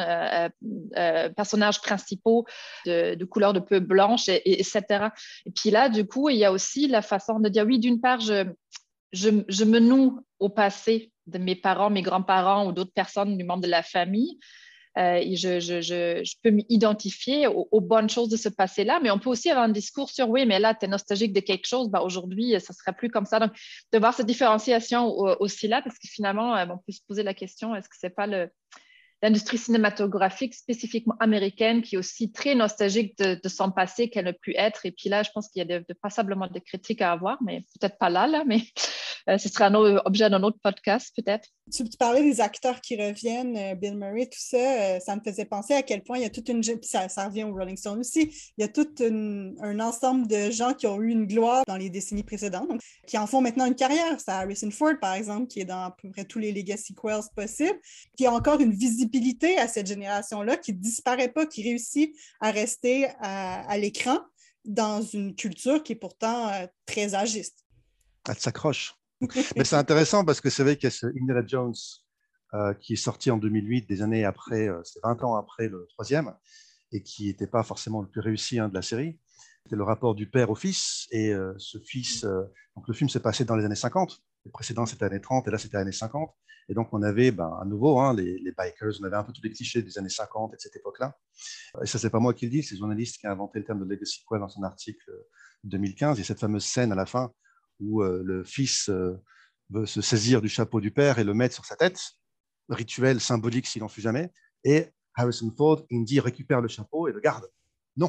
personnages principaux de couleur de peu blanche, etc. Et puis là, du coup, il y a aussi la façon de dire, oui, d'une part, je me noue au passé de mes parents, mes grands-parents ou d'autres personnes du membre de la famille. Et je peux m'identifier aux bonnes choses de ce passé-là, mais on peut aussi avoir un discours sur oui, mais là, tu es nostalgique de quelque chose, aujourd'hui, ça ne sera plus comme ça. Donc, de voir cette différenciation aussi là, parce que finalement, on peut se poser la question, est-ce que ce n'est pas l'industrie cinématographique spécifiquement américaine qui est aussi très nostalgique de son passé qu'elle ne peut être. Et puis là, je pense qu'il y a passablement de critiques à avoir, mais peut-être pas là, mais ce sera un objet d'un autre podcast, peut-être. Tu parlais des acteurs qui reviennent, Bill Murray, tout ça, ça me faisait penser à quel point il y a toute une... Ça revient au Rolling Stone aussi. Il y a tout un ensemble de gens qui ont eu une gloire dans les décennies précédentes, donc, qui en font maintenant une carrière. C'est Harrison Ford, par exemple, qui est dans à peu près tous les Legacy Quells possibles, qui a encore une visibilité à cette génération-là, qui ne disparaît pas, qui réussit à rester à l'écran dans une culture qui est pourtant très âgiste. Elle s'accroche. Mais c'est intéressant parce que c'est vrai qu'il y a ce Indiana Jones qui est sorti en 2008, des années après, c'est 20 ans après le troisième, et qui n'était pas forcément le plus réussi de la série. C'était le rapport du père au fils, et ce fils, donc le film s'est passé dans les années 50, les précédents c'était les années 30, et là c'était les années 50, et donc on avait à nouveau les bikers, on avait un peu tous les clichés des années 50 et de cette époque-là. Et ça, c'est pas moi qui le dis, c'est le journaliste qui a inventé le terme de legacy quel dans son article 2015, et cette fameuse scène à la fin où le fils veut se saisir du chapeau du père et le mettre sur sa tête, rituel symbolique s'il n'en fut jamais, et Harrison Ford, Indy récupère le chapeau et le garde. Non,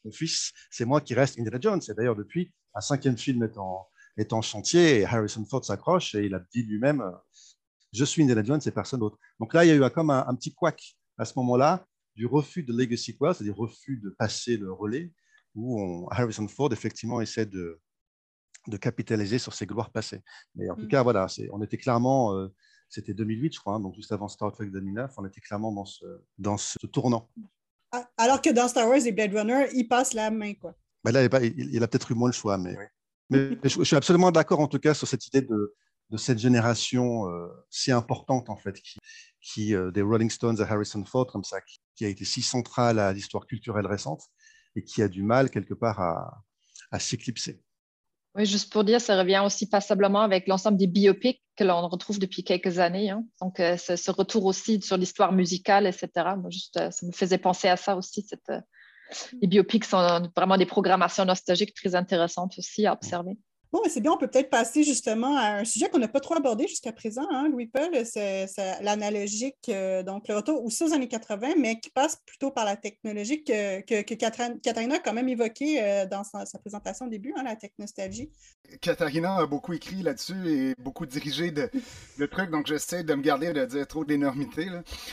mon fils, c'est moi qui reste Indiana Jones. Et d'ailleurs, depuis, un 5e film est en chantier et Harrison Ford s'accroche et il a dit lui-même je suis Indiana Jones et personne d'autre. Donc là, il y a eu comme un petit couac à ce moment-là du refus de legacy sequel, c'est-à-dire refus de passer le relais, où Harrison Ford effectivement essaie de capitaliser sur ses gloires passées. Mais en tout cas, voilà, on était clairement, c'était 2008, je crois, donc juste avant Star Trek 2009, on était clairement dans ce tournant. Alors que dans Star Wars et Blade Runner, il passe la main, quoi. Ben là, il a peut-être eu moins le choix, mais je suis absolument d'accord en tout cas sur cette idée de cette génération si importante en fait, qui des Rolling Stones à Harrison Ford, comme ça, qui a été si centrale à l'histoire culturelle récente et qui a du mal quelque part à s'éclipser. Oui, juste pour dire, ça revient aussi passablement avec l'ensemble des biopics que l'on retrouve depuis quelques années. Hein. Donc, ce retour aussi sur l'histoire musicale, etc. Moi, ça me faisait penser à ça aussi. Les biopics sont vraiment des programmations nostalgiques très intéressantes aussi à observer. Bon, mais c'est bien, on peut peut-être passer justement à un sujet qu'on n'a pas trop abordé jusqu'à présent, hein, Louis-Paul, c'est l'analogique, donc le retour aussi aux années 80, mais qui passe plutôt par la technologie que Katharina a quand même évoqué dans sa présentation au début, hein, la technostalgie. Katharina a beaucoup écrit là-dessus et beaucoup dirigé de trucs, donc j'essaie de me garder de dire trop d'énormité.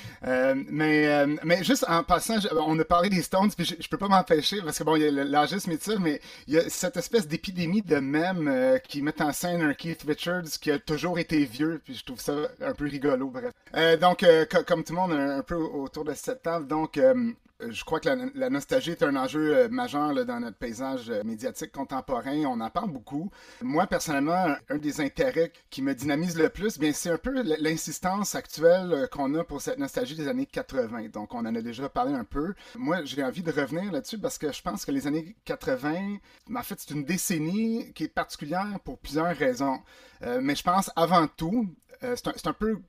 Mais juste en passant, on a parlé des Stones, puis je peux pas m'empêcher, parce que bon, il y a l'agisme et tout ça, mais il y a cette espèce d'épidémie de mèmes qui mettent en scène un Keith Richards qui a toujours été vieux, puis je trouve ça un peu rigolo, bref. Donc, comme tout le monde, un peu autour de cette table, donc... je crois que la nostalgie est un enjeu majeur là, dans notre paysage médiatique contemporain. On en parle beaucoup. Moi, personnellement, un des intérêts qui me dynamise le plus, bien, c'est un peu l'insistance actuelle qu'on a pour cette nostalgie des années 80. Donc, on en a déjà parlé un peu. Moi, j'ai envie de revenir là-dessus parce que je pense que les années 80, en fait, c'est une décennie qui est particulière pour plusieurs raisons. Mais je pense avant tout, c'est un peu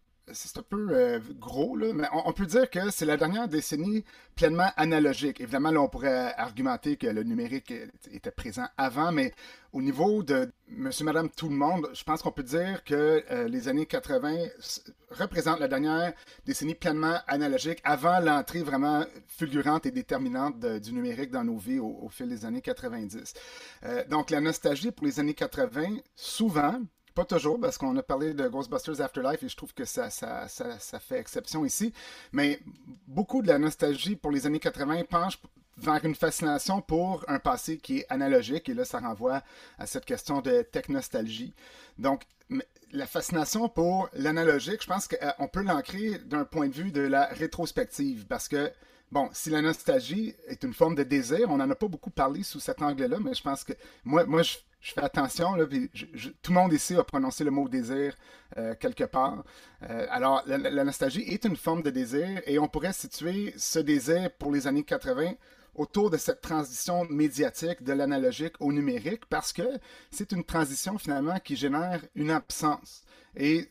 gros, là, mais on peut dire que c'est la dernière décennie pleinement analogique. Évidemment, là, on pourrait argumenter que le numérique était présent avant, mais au niveau de monsieur, madame, tout le monde, je pense qu'on peut dire que les années 80 représentent la dernière décennie pleinement analogique avant l'entrée vraiment fulgurante et déterminante du numérique dans nos vies au fil des années 90. Donc, la nostalgie pour les années 80, souvent, pas toujours, parce qu'on a parlé de Ghostbusters Afterlife et je trouve que ça fait exception ici. Mais beaucoup de la nostalgie pour les années 80 penche vers une fascination pour un passé qui est analogique. Et là, ça renvoie à cette question de technostalgie. Donc, la fascination pour l'analogique, je pense qu'on peut l'ancrer d'un point de vue de la rétrospective. Parce que, bon, si la nostalgie est une forme de désir, on n'en a pas beaucoup parlé sous cet angle-là, mais je pense que moi je fais attention, là, puis tout le monde ici a prononcé le mot désir quelque part. Alors, la nostalgie est une forme de désir et on pourrait situer ce désir pour les années 80 autour de cette transition médiatique de l'analogique au numérique parce que c'est une transition finalement qui génère une absence. Et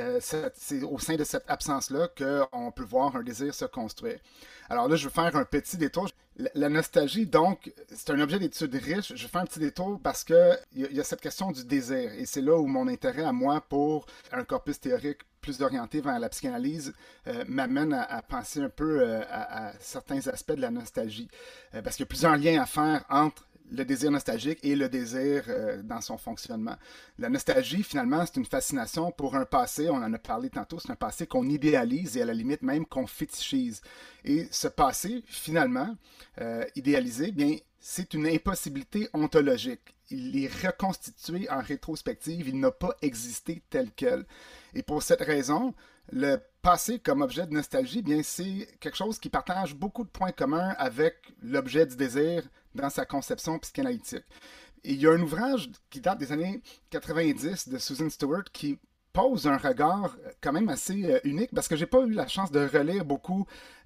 c'est au sein de cette absence-là qu'on peut voir un désir se construire. Alors là, je vais faire un petit détour. La nostalgie, donc, c'est un objet d'étude riche. Je fais un petit détour parce qu'il y a cette question du désir. Et c'est là où mon intérêt à moi pour un corpus théorique plus orienté vers la psychanalyse m'amène à penser un peu à certains aspects de la nostalgie. Parce qu'il y a plusieurs liens à faire entre le désir nostalgique et le désir dans son fonctionnement. La nostalgie, finalement, c'est une fascination pour un passé, on en a parlé tantôt, c'est un passé qu'on idéalise et à la limite même qu'on fétichise. Et ce passé, finalement, idéalisé, bien, c'est une impossibilité ontologique. Il est reconstitué en rétrospective, il n'a pas existé tel quel. Et pour cette raison, le passé comme objet de nostalgie, bien, c'est quelque chose qui partage beaucoup de points communs avec l'objet du désir dans sa conception psychanalytique. Et il y a un ouvrage qui date des années 90 de Susan Stewart qui pose un regard quand même assez unique parce que j'ai pas eu la chance de relire beaucoup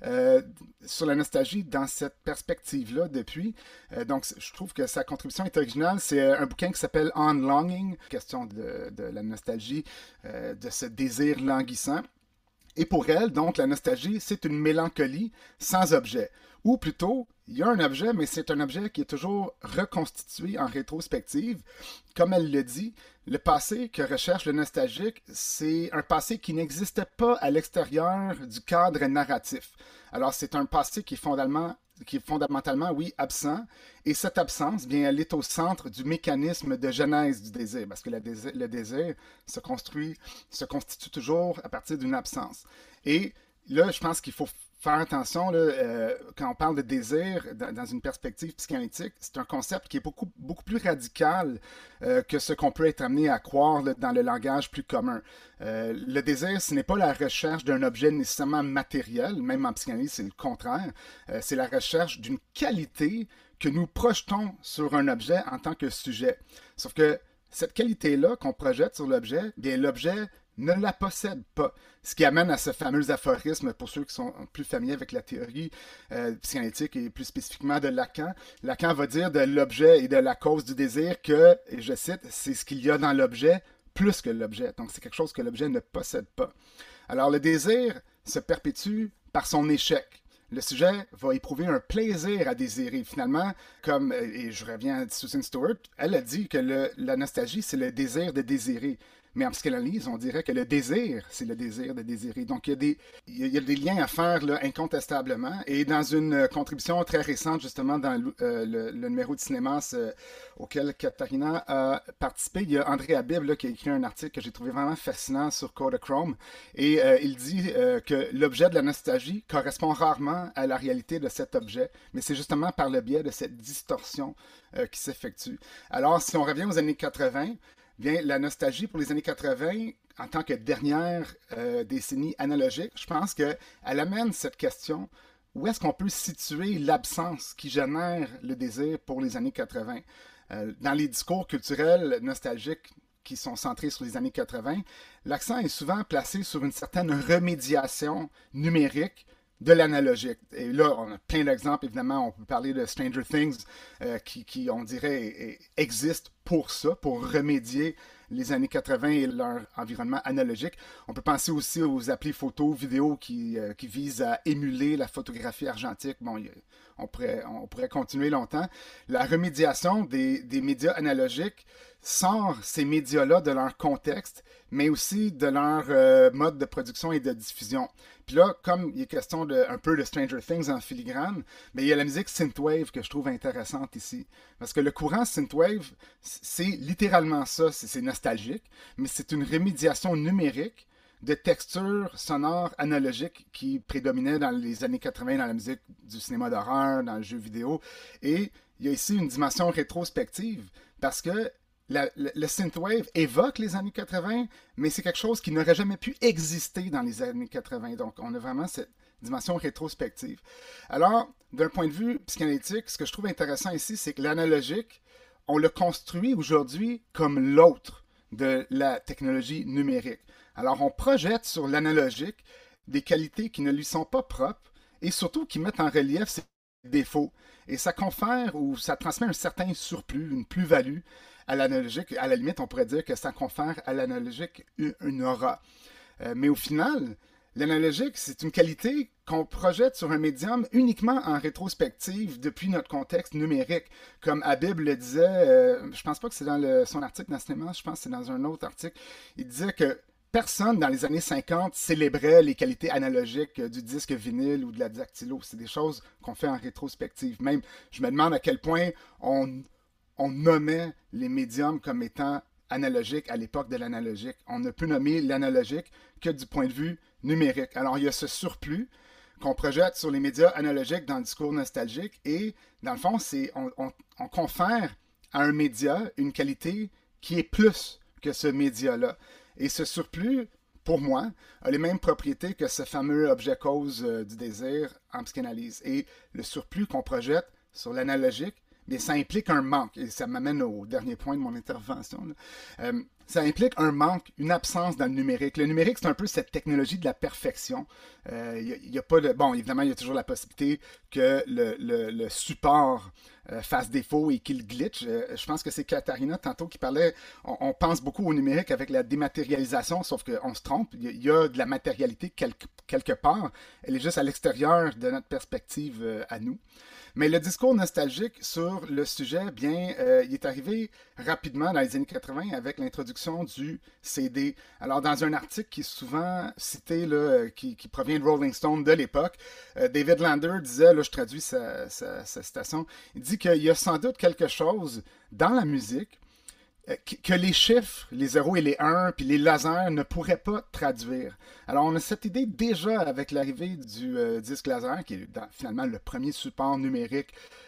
sur la nostalgie dans cette perspective-là depuis. Donc, je trouve que sa contribution est originale. C'est un bouquin qui s'appelle On Longing, question de la nostalgie, de ce désir languissant. Et pour elle, donc, la nostalgie, c'est une mélancolie sans objet. Ou plutôt, il y a un objet, mais c'est un objet qui est toujours reconstitué en rétrospective. Comme elle le dit, le passé que recherche le nostalgique, c'est un passé qui n'existait pas à l'extérieur du cadre narratif. Alors, c'est un passé qui est fondamentalement qui est fondamentalement, oui, absent. Et cette absence, bien, elle est au centre du mécanisme de genèse du désir, parce que le désir se constitue toujours à partir d'une absence. Et là, je pense qu'il faut faire attention, là, quand on parle de désir dans une perspective psychanalytique, c'est un concept qui est beaucoup plus radical que ce qu'on peut être amené à croire là, dans le langage plus commun. Le désir, ce n'est pas la recherche d'un objet nécessairement matériel, même en psychanalyse, c'est le contraire. C'est la recherche d'une qualité que nous projetons sur un objet en tant que sujet. Sauf que cette qualité-là qu'on projette sur l'objet, bien l'objet ne la possède pas. Ce qui amène à ce fameux aphorisme, pour ceux qui sont plus familiers avec la théorie psychanalytique et plus spécifiquement de Lacan. Lacan va dire de l'objet et de la cause du désir que, et je cite, c'est ce qu'il y a dans l'objet plus que l'objet. Donc c'est quelque chose que l'objet ne possède pas. Alors le désir se perpétue par son échec. Le sujet va éprouver un plaisir à désirer. Finalement, comme, et je reviens à Susan Stewart, elle a dit que la nostalgie, c'est le désir de désirer. Mais en psychanalyse, on dirait que le désir, c'est le désir de désirer. Donc, il y a des liens à faire là, incontestablement. Et dans une contribution très récente, justement, dans le numéro de Cinémas auquel Katharina a participé, il y a André Habib là, qui a écrit un article que j'ai trouvé vraiment fascinant sur Kodachrome. Et il dit que l'objet de la nostalgie correspond rarement à la réalité de cet objet, mais c'est justement par le biais de cette distorsion qui s'effectue. Alors, si on revient aux années 80, bien, la nostalgie pour les années 80, en tant que dernière décennie analogique, je pense qu'elle amène cette question, où est-ce qu'on peut situer l'absence qui génère le désir pour les années 80? Dans les discours culturels nostalgiques qui sont centrés sur les années 80, l'accent est souvent placé sur une certaine remédiation numérique de l'analogique. Et là, on a plein d'exemples, évidemment, on peut parler de Stranger Things, qui, on dirait, existe pour ça, pour remédier les années 80 et leur environnement analogique. On peut penser aussi aux applis photos, vidéos qui visent à émuler la photographie argentique. Bon, on pourrait continuer longtemps. La remédiation des médias analogiques sort ces médias-là de leur contexte, mais aussi de leur mode de production et de diffusion. Puis là, comme il est question un peu de Stranger Things en filigrane, mais il y a la musique synthwave que je trouve intéressante ici. Parce que le courant synthwave, c'est littéralement ça, c'est nostalgique, mais c'est une remédiation numérique de textures sonores analogiques qui prédominaient dans les années 80 dans la musique du cinéma d'horreur, dans le jeu vidéo. Et il y a ici une dimension rétrospective, parce que le synthwave évoque les années 80, mais c'est quelque chose qui n'aurait jamais pu exister dans les années 80. Donc, on a vraiment cette dimension rétrospective. Alors, d'un point de vue psychanalytique, ce que je trouve intéressant ici, c'est que l'analogique, on le construit aujourd'hui comme l'autre de la technologie numérique. Alors, on projette sur l'analogique des qualités qui ne lui sont pas propres et surtout qui mettent en relief ses défauts. Et ça confère ou ça transmet un certain surplus, une plus-value à l'analogique. À la limite, on pourrait dire que ça confère à l'analogique une aura. Mais au final, l'analogique, c'est une qualité qu'on projette sur un médium uniquement en rétrospective depuis notre contexte numérique. Comme Habib le disait, je pense pas que c'est dans son article dans Cinéma, je pense que c'est dans un autre article, il disait que personne dans les années 50 célébrait les qualités analogiques du disque vinyle ou de la dactylo. C'est des choses qu'on fait en rétrospective. Même, je me demande à quel point on nommait les médiums comme étant analogiques à l'époque de l'analogique. On ne peut nommer l'analogique que du point de vue numérique. Alors, il y a ce surplus qu'on projette sur les médias analogiques dans le discours nostalgique et, dans le fond, on confère à un média une qualité qui est plus que ce média-là. Et ce surplus, pour moi, a les mêmes propriétés que ce fameux objet-cause du désir en psychanalyse. Et le surplus qu'on projette sur l'analogique, mais ça implique un manque. Et ça m'amène au dernier point de mon intervention. Ça implique un manque, une absence dans le numérique. Le numérique, c'est un peu cette technologie de la perfection. Il y a pas de... Bon, évidemment, il y a toujours la possibilité que le support fasse défaut et qu'il glitch. Je pense que c'est Katharina, tantôt, qui parlait... On pense beaucoup au numérique avec la dématérialisation, sauf qu'on se trompe. Il y a de la matérialité quelque part. Elle est juste à l'extérieur de notre perspective à nous. Mais le discours nostalgique sur le sujet, bien, il est arrivé rapidement dans les années 80 avec l'introduction du CD. Alors, dans un article qui est souvent cité, là, qui provient de Rolling Stone de l'époque, David Lander disait, là, je traduis sa citation, il dit qu'il y a sans doute quelque chose dans la musique que les chiffres, les 0 et les 1, puis les lasers ne pourraient pas traduire. Alors, on a cette idée déjà avec l'arrivée du disque laser, qui est finalement le premier support numérique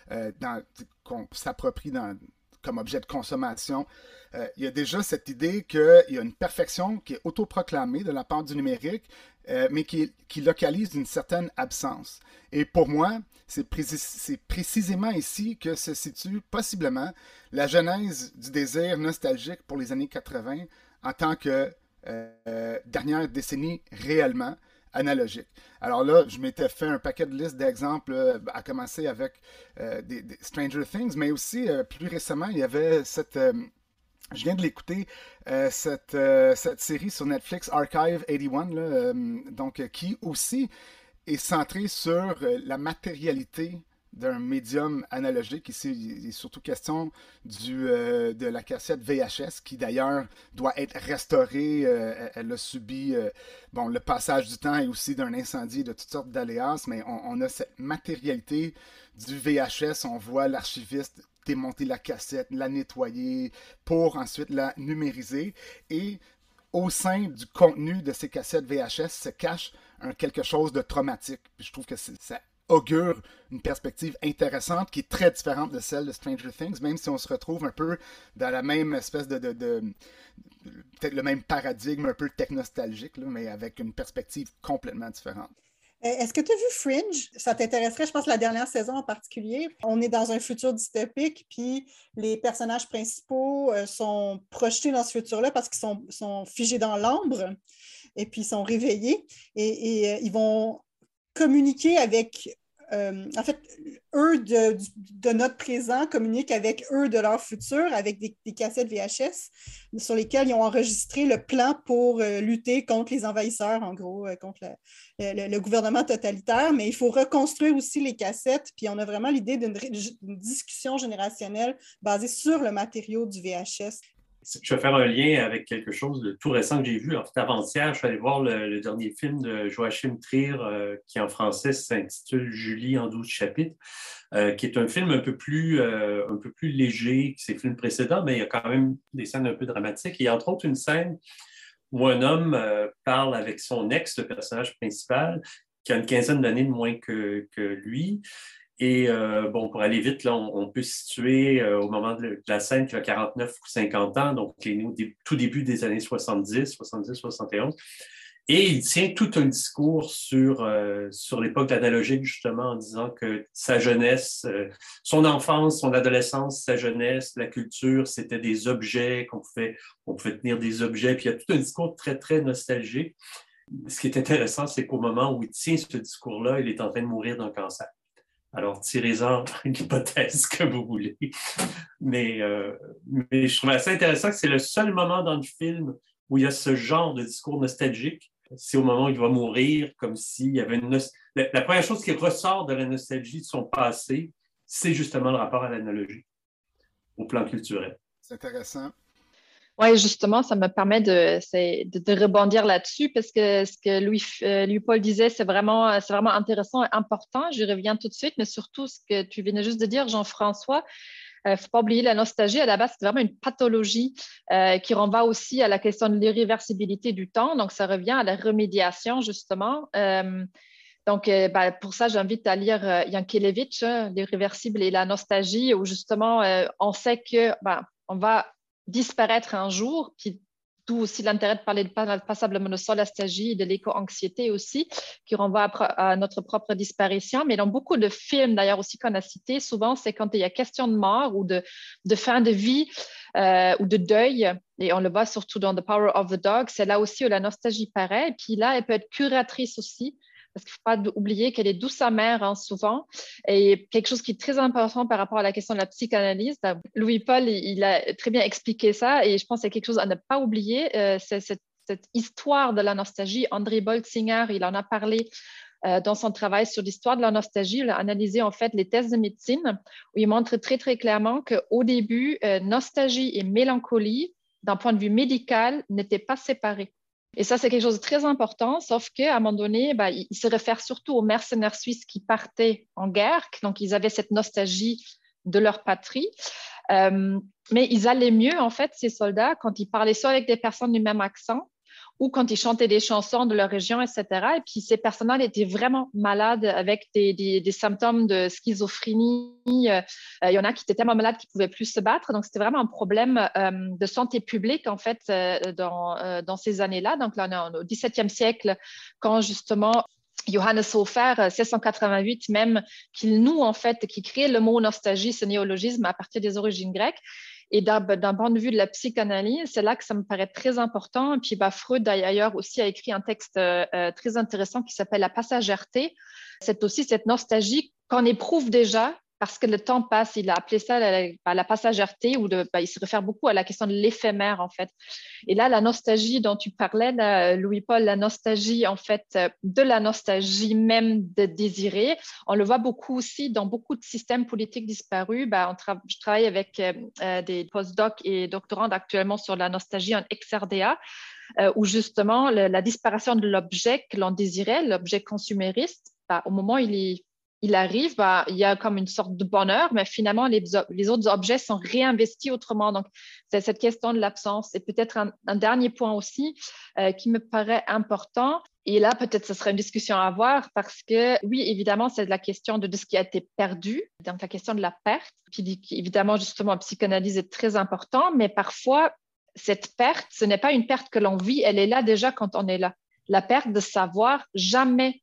qu'on s'approprie comme objet de consommation. Il y a déjà cette idée qu'il y a une perfection qui est autoproclamée de la part du numérique, mais qui localise une certaine absence. Et pour moi, c'est précisément ici que se situe possiblement la genèse du désir nostalgique pour les années 80 en tant que dernière décennie réellement analogique. Alors là, je m'étais fait un paquet de listes d'exemples, à commencer avec des Stranger Things, mais aussi plus récemment, il y avait cette... je viens de l'écouter, cette série sur Netflix, Archive 81, là, donc, qui aussi est centrée sur la matérialité d'un médium analogique. Ici, il est surtout question de la cassette VHS, qui d'ailleurs doit être restaurée. Elle a subi le passage du temps et aussi d'un incendie, de toutes sortes d'aléas, mais on a cette matérialité du VHS. On voit l'archiviste démonter la cassette, la nettoyer pour ensuite la numériser. Et au sein du contenu de ces cassettes VHS se cache quelque chose de traumatique. Puis je trouve que ça augure une perspective intéressante qui est très différente de celle de Stranger Things, même si on se retrouve un peu dans la même espèce de peut-être le même paradigme un peu technostalgique, là, mais avec une perspective complètement différente. Est-ce que tu as vu Fringe? Ça t'intéresserait, je pense, la dernière saison en particulier. On est dans un futur dystopique, puis les personnages principaux sont projetés dans ce futur-là parce qu'ils sont figés dans l'ambre et puis ils sont réveillés et ils vont communiquer avec... en fait, eux de notre présent communiquent avec eux de leur futur, avec des cassettes VHS sur lesquelles ils ont enregistré le plan pour lutter contre les envahisseurs, en gros, contre le gouvernement totalitaire. Mais il faut reconstruire aussi les cassettes, puis on a vraiment l'idée d'une discussion générationnelle basée sur le matériau du VHS. Je vais faire un lien avec quelque chose de tout récent que j'ai vu. En fait, avant-hier, je suis allé voir le dernier film de Joachim Trier, qui en français s'intitule Julie en 12 chapitres, qui est un film un peu plus léger que ses films précédents, mais il y a quand même des scènes un peu dramatiques. Et entre autres, une scène où un homme parle avec son ex, le personnage principal, qui a une quinzaine d'années de moins que lui. Et pour aller vite, là, on peut se situer au moment de la scène qui a 49 ou 50 ans, donc tout début des années 70, 71. Et il tient tout un discours sur l'époque analogique, justement, en disant que sa jeunesse, son enfance, son adolescence, sa jeunesse, la culture, c'était des objets, on pouvait tenir des objets. Puis il y a tout un discours très, très nostalgique. Ce qui est intéressant, c'est qu'au moment où il tient ce discours-là, il est en train de mourir d'un cancer. Alors, tirez-en l'hypothèse que vous voulez. Mais je trouve assez intéressant que c'est le seul moment dans le film où il y a ce genre de discours nostalgique. C'est au moment où il va mourir, comme s'il y avait la première chose qui ressort de la nostalgie de son passé, c'est justement le rapport à l'analogie, au plan culturel. C'est intéressant. Oui, justement, ça me permet de rebondir là-dessus parce que ce que Louis-Paul disait, c'est vraiment intéressant et important. J'y reviens tout de suite, mais surtout ce que tu venais juste de dire, Jean-François, il ne faut pas oublier la nostalgie. À la base, c'est vraiment une pathologie qui renvoie aussi à la question de l'irréversibilité du temps. Donc, ça revient à la remédiation, justement. Pour ça, j'invite à lire Yankelevitch, L'irréversible et la nostalgie, où justement, on sait que on va disparaître un jour, puis d'où aussi l'intérêt de parler passablement de solastalgie et de l'éco-anxiété aussi, qui renvoie à notre propre disparition. Mais dans beaucoup de films, d'ailleurs aussi qu'on a cités, souvent c'est quand il y a question de mort ou de fin de vie ou de deuil, et on le voit surtout dans The Power of the Dog, c'est là aussi où la nostalgie paraît, et puis là, elle peut être curatrice aussi, parce qu'il ne faut pas oublier qu'elle est douce amère, souvent. Et quelque chose qui est très important par rapport à la question de la psychanalyse, Louis-Paul, il a très bien expliqué ça, et je pense que c'est quelque chose à ne pas oublier, c'est cette histoire de la nostalgie. André Boltzinger, il en a parlé dans son travail sur l'histoire de la nostalgie, il a analysé en fait les tests de médecine où il montre très, très clairement qu'au début, nostalgie et mélancolie, d'un point de vue médical, n'étaient pas séparés. Et ça, c'est quelque chose de très important, sauf qu'à un moment donné, il se réfère surtout aux mercenaires suisses qui partaient en guerre, donc ils avaient cette nostalgie de leur patrie. Mais ils allaient mieux, en fait, ces soldats, quand ils parlaient soit avec des personnes du même accent, ou quand ils chantaient des chansons de leur région, etc. Et puis, ces personnes-là étaient vraiment malades avec des symptômes de schizophrénie. Il y en a qui étaient tellement malades qu'ils ne pouvaient plus se battre. Donc, c'était vraiment un problème de santé publique, en fait, dans ces années-là. Donc, là, on est au XVIIe siècle, quand justement Johannes Hofer, 1688 même, qu'il noue, en fait, qui crée le mot nostalgie, ce néologisme à partir des origines grecques. Et d'un point de vue de la psychanalyse, c'est là que ça me paraît très important. Et puis, Freud, d'ailleurs, aussi a écrit un texte très intéressant qui s'appelle La passagèreté. C'est aussi cette nostalgie qu'on éprouve déjà parce que le temps passe. Il a appelé ça la passagèreté, ou il se réfère beaucoup à la question de l'éphémère, en fait. Et là, la nostalgie dont tu parlais, là, Louis-Paul, la nostalgie, en fait, de la nostalgie même de désirer, on le voit beaucoup aussi dans beaucoup de systèmes politiques disparus. Je travaille avec des postdocs et doctorantes actuellement sur la nostalgie en ex-RDA, où justement la disparition de l'objet que l'on désirait, l'objet consumériste, au moment où il arrive, il y a comme une sorte de bonheur, mais finalement, les autres objets sont réinvestis autrement. Donc, c'est cette question de l'absence. Et peut-être un dernier point aussi qui me paraît important. Et là, peut-être ce serait une discussion à avoir parce que, oui, évidemment, c'est la question de ce qui a été perdu, donc la question de la perte. Puis, évidemment, justement, la psychanalyse est très important, mais parfois, cette perte, ce n'est pas une perte que l'on vit, elle est là déjà quand on est là. La perte de savoir, jamais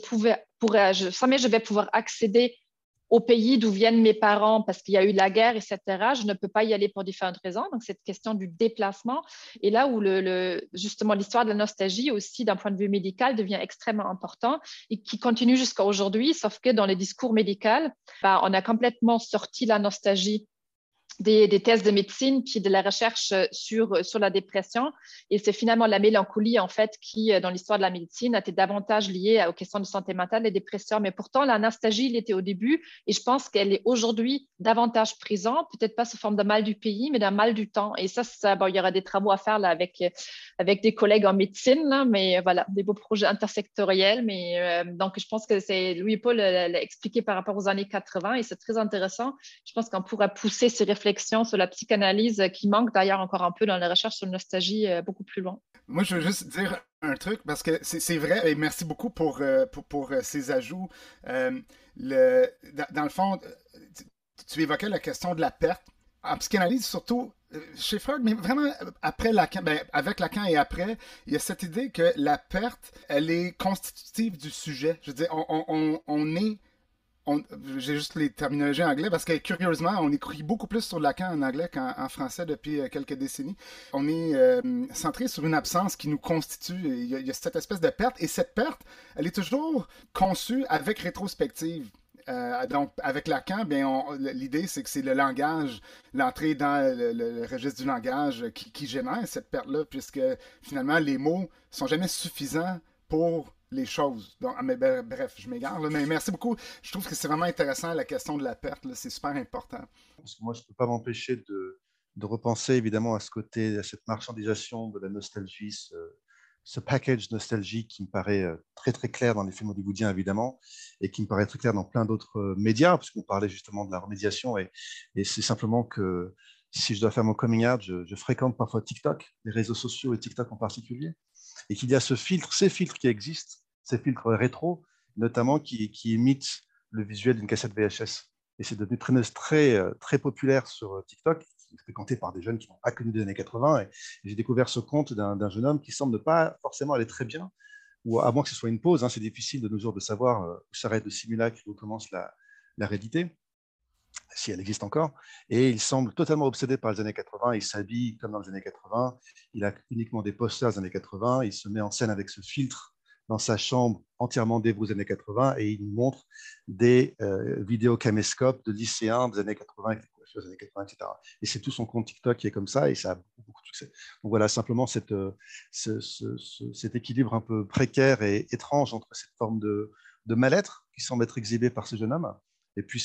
jamais je vais pouvoir accéder au pays d'où viennent mes parents parce qu'il y a eu la guerre, etc. Je ne peux pas y aller pour différentes raisons. Donc, cette question du déplacement est là où justement l'histoire de la nostalgie aussi d'un point de vue médical devient extrêmement important et qui continue jusqu'à aujourd'hui, sauf que dans les discours médicaux, on a complètement sorti la nostalgie des tests de médecine puis de la recherche sur la dépression. Et c'est finalement la mélancolie, en fait, qui, dans l'histoire de la médecine, a été davantage liée aux questions de santé mentale, les dépresseurs. Mais pourtant, la nostalgie, il était au début et je pense qu'elle est aujourd'hui davantage présente, peut-être pas sous forme de mal du pays, mais d'un mal du temps. Et ça il y aura des travaux à faire là, avec des collègues en médecine, là, mais voilà, des beaux projets intersectoriels. Mais donc, je pense que c'est Louis-Paul l'a expliqué par rapport aux années 80 et c'est très intéressant. Je pense qu'on pourra pousser ces réflexions sur la psychanalyse qui manque d'ailleurs encore un peu dans la recherche sur la nostalgie beaucoup plus loin. Moi, je veux juste dire un truc parce que c'est vrai et merci beaucoup pour ces ajouts. Dans le fond, tu évoquais la question de la perte. En psychanalyse, surtout chez Freud, mais vraiment après Lacan, avec Lacan et après, il y a cette idée que la perte, elle est constitutive du sujet. Je veux dire, on est j'ai juste les terminologies en anglais parce que curieusement, on écrit beaucoup plus sur Lacan en anglais qu'en français depuis quelques décennies. On est centré sur une absence qui nous constitue. Il y a cette espèce de perte et cette perte, elle est toujours conçue avec rétrospective. Donc, avec Lacan, l'idée, c'est que c'est le langage, l'entrée dans le registre du langage qui génère cette perte-là, puisque finalement, les mots sont jamais suffisants pour les choses. Donc, bref, je m'égare, là, mais merci beaucoup. Je trouve que c'est vraiment intéressant, la question de la perte, là, c'est super important. Parce que moi, je ne peux pas m'empêcher de repenser évidemment à ce côté, à cette marchandisation de la nostalgie, ce package nostalgique qui me paraît très très clair dans les films hollywoodiens évidemment, et qui me paraît très clair dans plein d'autres médias, parce qu'on parlait justement de la remédiation, et c'est simplement que si je dois faire mon coming out, je fréquente parfois TikTok, les réseaux sociaux et TikTok en particulier, et qu'il y a ces filtres qui existent, ces filtres rétro, notamment qui imitent le visuel d'une cassette VHS. Et c'est devenu très populaire sur TikTok, qui est fréquenté par des jeunes qui n'ont pas connu des années 80. Et j'ai découvert ce compte d'un jeune homme qui semble ne pas forcément aller très bien, ou à moins que ce soit une pause. Hein, c'est difficile de nos jours de savoir où s'arrête le simulacre et où commence la réalité, si elle existe encore. Et il semble totalement obsédé par les années 80. Il s'habille comme dans les années 80. Il a uniquement des posters des années 80. Il se met en scène avec ce filtre dans sa chambre entièrement dévouée aux années 80 et il nous montre des vidéos caméscopes de lycéens des années 80 avec les coiffures des années 80, etc. Et c'est tout son compte TikTok qui est comme ça et ça a beaucoup de succès. Donc voilà, simplement cet équilibre un peu précaire et étrange entre cette forme de de mal-être qui semble être exhibé par ce jeune homme, et puis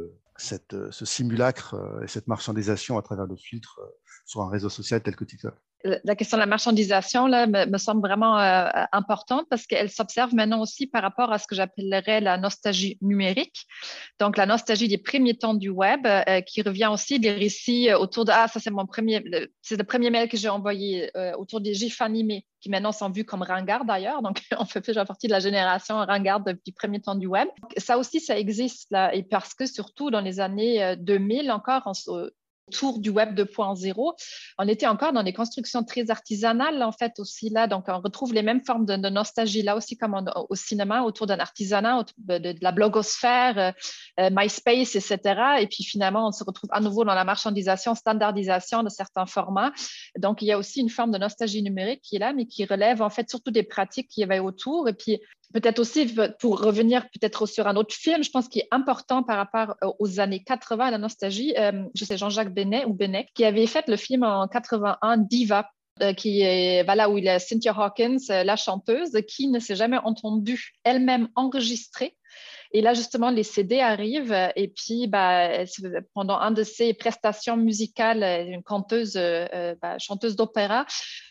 ce simulacre et cette marchandisation à travers le filtre sur un réseau social tel que TikTok. La question de la marchandisation là, me semble vraiment importante parce qu'elle s'observe maintenant aussi par rapport à ce que j'appellerais la nostalgie numérique. Donc, la nostalgie des premiers temps du web qui revient aussi des récits autour de « Ah, ça, c'est c'est le premier mail que j'ai envoyé autour des gifs animés qui maintenant sont vus comme ringards d'ailleurs. Donc, on fait déjà partie de la génération ringarde du premier temps du web. Donc, ça aussi, ça existe là. Et parce que surtout dans les années 2000 encore, autour du web 2.0, on était encore dans des constructions très artisanales en fait aussi là, donc on retrouve les mêmes formes de nostalgie là aussi comme au cinéma autour d'un artisanat, de la blogosphère, MySpace, etc. Et puis finalement on se retrouve à nouveau dans la marchandisation, standardisation de certains formats. Donc il y a aussi une forme de nostalgie numérique qui est là, mais qui relève en fait surtout des pratiques qui y avait autour. Et puis peut-être aussi, pour revenir peut-être sur un autre film, je pense qu'il est important par rapport aux années 80, la nostalgie, je sais Jean-Jacques Benet, qui avait fait le film en 81, Diva, qui est voilà, où il y a Cynthia Hawkins, la chanteuse, qui ne s'est jamais entendue elle-même enregistrer. Et là, justement, les CD arrivent et puis pendant un de ses prestations musicales, une chanteuse d'opéra,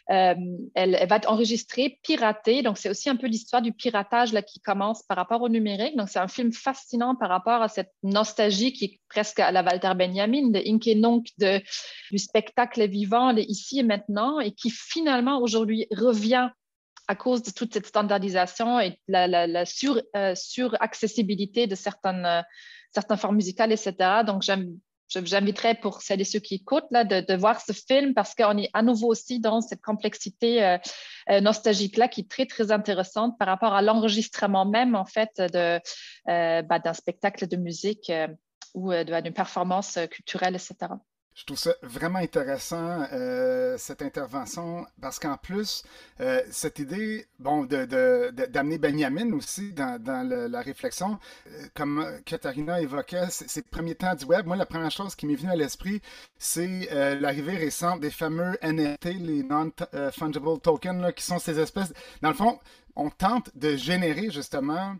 elle va être enregistrée, piratée. Donc, c'est aussi un peu l'histoire du piratage là, qui commence par rapport au numérique. Donc, c'est un film fascinant par rapport à cette nostalgie qui est presque à la Walter Benjamin, de Inc et Nunc, du spectacle vivant, de ici et maintenant, et qui finalement aujourd'hui revient à cause de toute cette standardisation et la suraccessibilité de certaines formes musicales, etc. Donc, j'inviterais pour celles et ceux qui écoutent là, de voir ce film parce qu'on est à nouveau aussi dans cette complexité nostalgique-là qui est très, très intéressante par rapport à l'enregistrement même, en fait, d'un spectacle de musique ou d'une performance culturelle, etc. Je trouve ça vraiment intéressant, cette intervention, parce qu'en plus, cette idée, bon, d'amener Benjamin aussi dans la réflexion, comme Katharina évoquait, ces premiers temps du web, moi, la première chose qui m'est venue à l'esprit, c'est l'arrivée récente des fameux NFT, les Non-Fungible Tokens, là, qui sont ces espèces, dans le fond, on tente de générer justement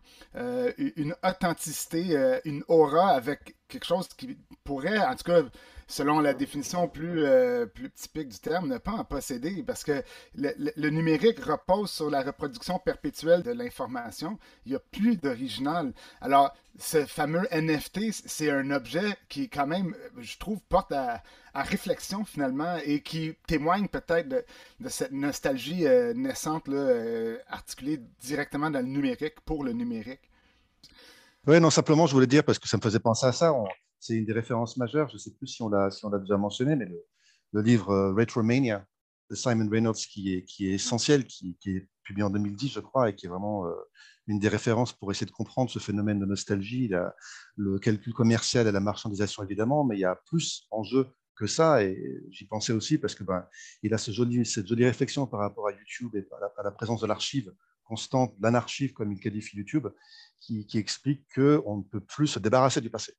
une authenticité, une aura avec quelque chose qui pourrait, en tout cas, selon la définition plus typique du terme, ne pas en posséder, parce que le numérique repose sur la reproduction perpétuelle de l'information. Il n'y a plus d'original. Alors, ce fameux NFT, c'est un objet qui, quand même, je trouve, porte à réflexion, finalement, et qui témoigne peut-être de cette nostalgie naissante, là, articulée directement dans le numérique, pour le numérique. Oui, non, simplement, je voulais dire, parce que ça me faisait penser à ça, c'est une des références majeures, je ne sais plus si on l'a déjà mentionné, mais le livre Retromania de Simon Reynolds, qui est essentiel, qui est publié en 2010, je crois, et qui est vraiment une des références pour essayer de comprendre ce phénomène de nostalgie, le calcul commercial et la marchandisation, évidemment, mais il y a plus en jeu que ça, et j'y pensais aussi parce que il a cette jolie réflexion par rapport à YouTube et à la présence de l'archive constante, l'anarchive, comme il qualifie YouTube, qui explique qu'on ne peut plus se débarrasser du passé.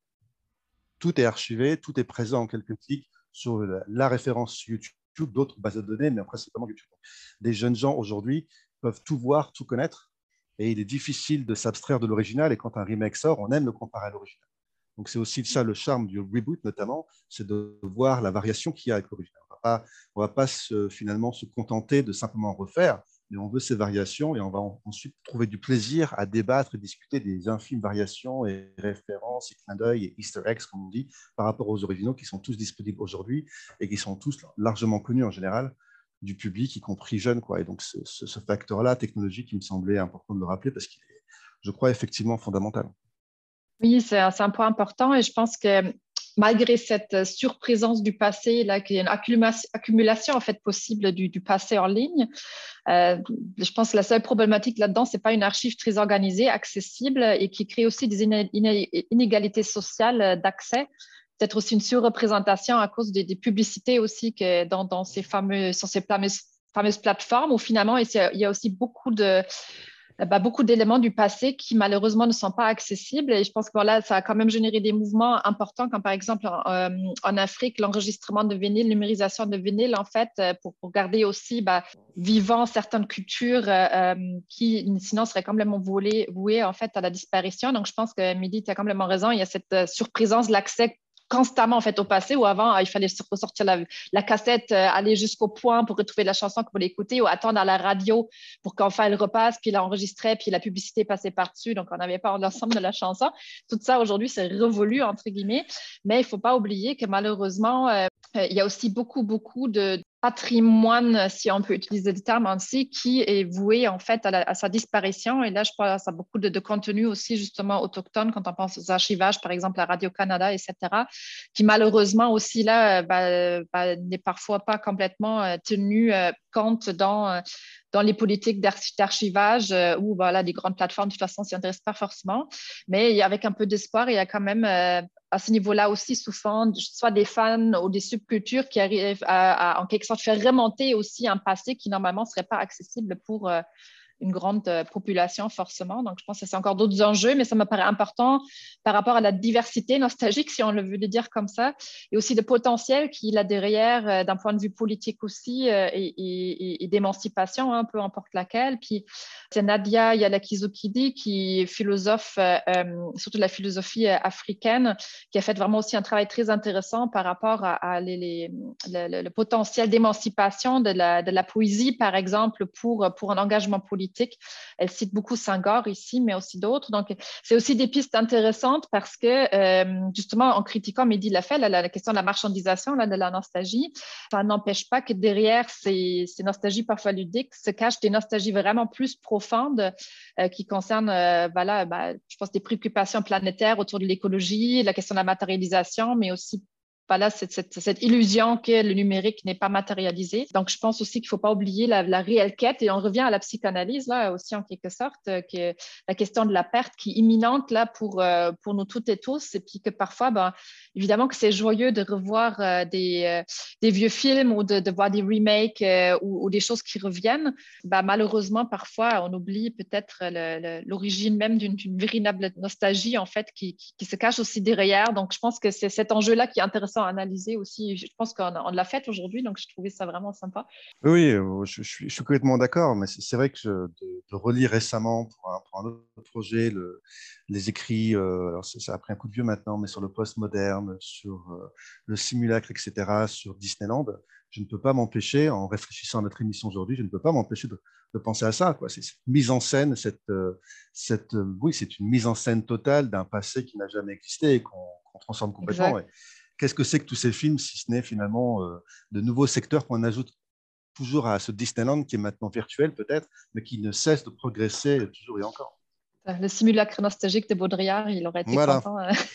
Tout est archivé, tout est présent en quelques clics sur la référence YouTube, d'autres bases de données, mais principalement YouTube. Les jeunes gens aujourd'hui peuvent tout voir, tout connaître, et il est difficile de s'abstraire de l'original, et quand un remake sort, on aime le comparer à l'original. Donc c'est aussi ça le charme du reboot notamment, c'est de voir la variation qu'il y a avec l'original. On ne va pas finalement se contenter de simplement refaire, mais on veut ces variations et on va ensuite trouver du plaisir à débattre et discuter des infimes variations et références et clins d'œil et easter eggs, comme on dit, par rapport aux originaux qui sont tous disponibles aujourd'hui et qui sont tous largement connus en général du public, y compris jeune, quoi. Et donc ce facteur-là technologique, il me semblait important de le rappeler parce qu'il est, je crois, effectivement fondamental. Oui, c'est un point important et je pense que malgré cette surprésence du passé, là, qu'il y a une accumulation en fait possible du passé en ligne, je pense que la seule problématique là-dedans, c'est pas une archive très organisée, accessible et qui crée aussi des inégalités sociales d'accès. Peut-être aussi une surreprésentation à cause des publicités aussi que sur ces fameuses plateformes où finalement il y a aussi beaucoup de beaucoup d'éléments du passé qui malheureusement ne sont pas accessibles. Et je pense que voilà, ça a quand même généré des mouvements importants, comme par exemple en Afrique, l'enregistrement de vinyle, l'numérisation de vinyle, en fait, pour garder aussi vivant certaines cultures qui sinon seraient complètement vouées en fait à la disparition. Donc je pense que Mehdi, tu as complètement raison. Il y a cette surprisance de l'accès constamment en fait au passé, où avant il fallait ressortir la cassette, aller jusqu'au point pour retrouver la chanson pour l'écouter, ou attendre à la radio pour qu'enfin elle repasse, puis l'enregistrer, puis la publicité passait par-dessus, donc on n'avait pas l'ensemble de la chanson. Tout ça aujourd'hui c'est révolu entre guillemets, mais il ne faut pas oublier que malheureusement il y a aussi beaucoup de patrimoine, si on peut utiliser le terme ainsi, qui est voué en fait à sa disparition. Et là, je pense à beaucoup de contenu aussi justement autochtone, quand on pense aux archivages, par exemple à Radio-Canada, etc., qui malheureusement aussi là n'est parfois pas complètement tenu compte dans les politiques d'archivage où voilà, les grandes plateformes de toute façon s'y intéressent pas forcément. Mais avec un peu d'espoir, il y a quand même à ce niveau-là aussi souvent soit des fans ou des subcultures qui arrivent à en quelque sorte faire remonter aussi un passé qui normalement ne serait pas accessible pour une grande population forcément. Donc, je pense que c'est encore d'autres enjeux, mais ça me paraît important par rapport à la diversité nostalgique, si on le veut le dire comme ça, et aussi le potentiel qu'il a derrière d'un point de vue politique aussi et d'émancipation, peu importe laquelle. Puis, c'est Nadia Yalakizokidi, qui est philosophe, surtout de la philosophie africaine, qui a fait vraiment aussi un travail très intéressant par rapport à le potentiel d'émancipation de la poésie, par exemple, pour un engagement politique. Elle cite beaucoup Senghor ici, mais aussi d'autres. Donc, c'est aussi des pistes intéressantes parce que, justement, en critiquant Mehdi Lafay, la question de la marchandisation de la nostalgie, ça n'empêche pas que derrière ces nostalgies parfois ludiques se cachent des nostalgies vraiment plus profondes qui concernent, je pense, des préoccupations planétaires autour de l'écologie, la question de la matérialisation, mais aussi cette illusion que le numérique n'est pas matérialisé. Donc, je pense aussi qu'il ne faut pas oublier la réelle quête, et on revient à la psychanalyse, là aussi en quelque sorte, que la question de la perte qui est imminente là, pour nous toutes et tous, et puis que parfois, évidemment que c'est joyeux de revoir des vieux films ou de voir des remakes ou des choses qui reviennent. Malheureusement, parfois, on oublie peut-être l'origine même d'une véritable nostalgie, en fait, qui se cache aussi derrière. Donc, je pense que c'est cet enjeu-là qui est intéressant à analyser aussi. Je pense qu'on l'a fait aujourd'hui, donc je trouvais ça vraiment sympa. Oui, je suis complètement d'accord, mais c'est vrai que de relire récemment pour un autre projet les écrits, alors ça a pris un coup de vieux maintenant, mais sur le postmoderne, sur le simulacre, etc., sur Disneyland, je ne peux pas m'empêcher, en réfléchissant à notre émission aujourd'hui, je ne peux pas m'empêcher de penser à ça, quoi. C'est cette mise en scène, oui, c'est une mise en scène totale d'un passé qui n'a jamais existé et qu'on transforme complètement. Qu'est-ce que c'est que tous ces films, si ce n'est finalement de nouveaux secteurs qu'on ajoute toujours à ce Disneyland qui est maintenant virtuel peut-être, mais qui ne cesse de progresser toujours et encore. Le simulacre nostalgique de Baudrillard, il aurait été content.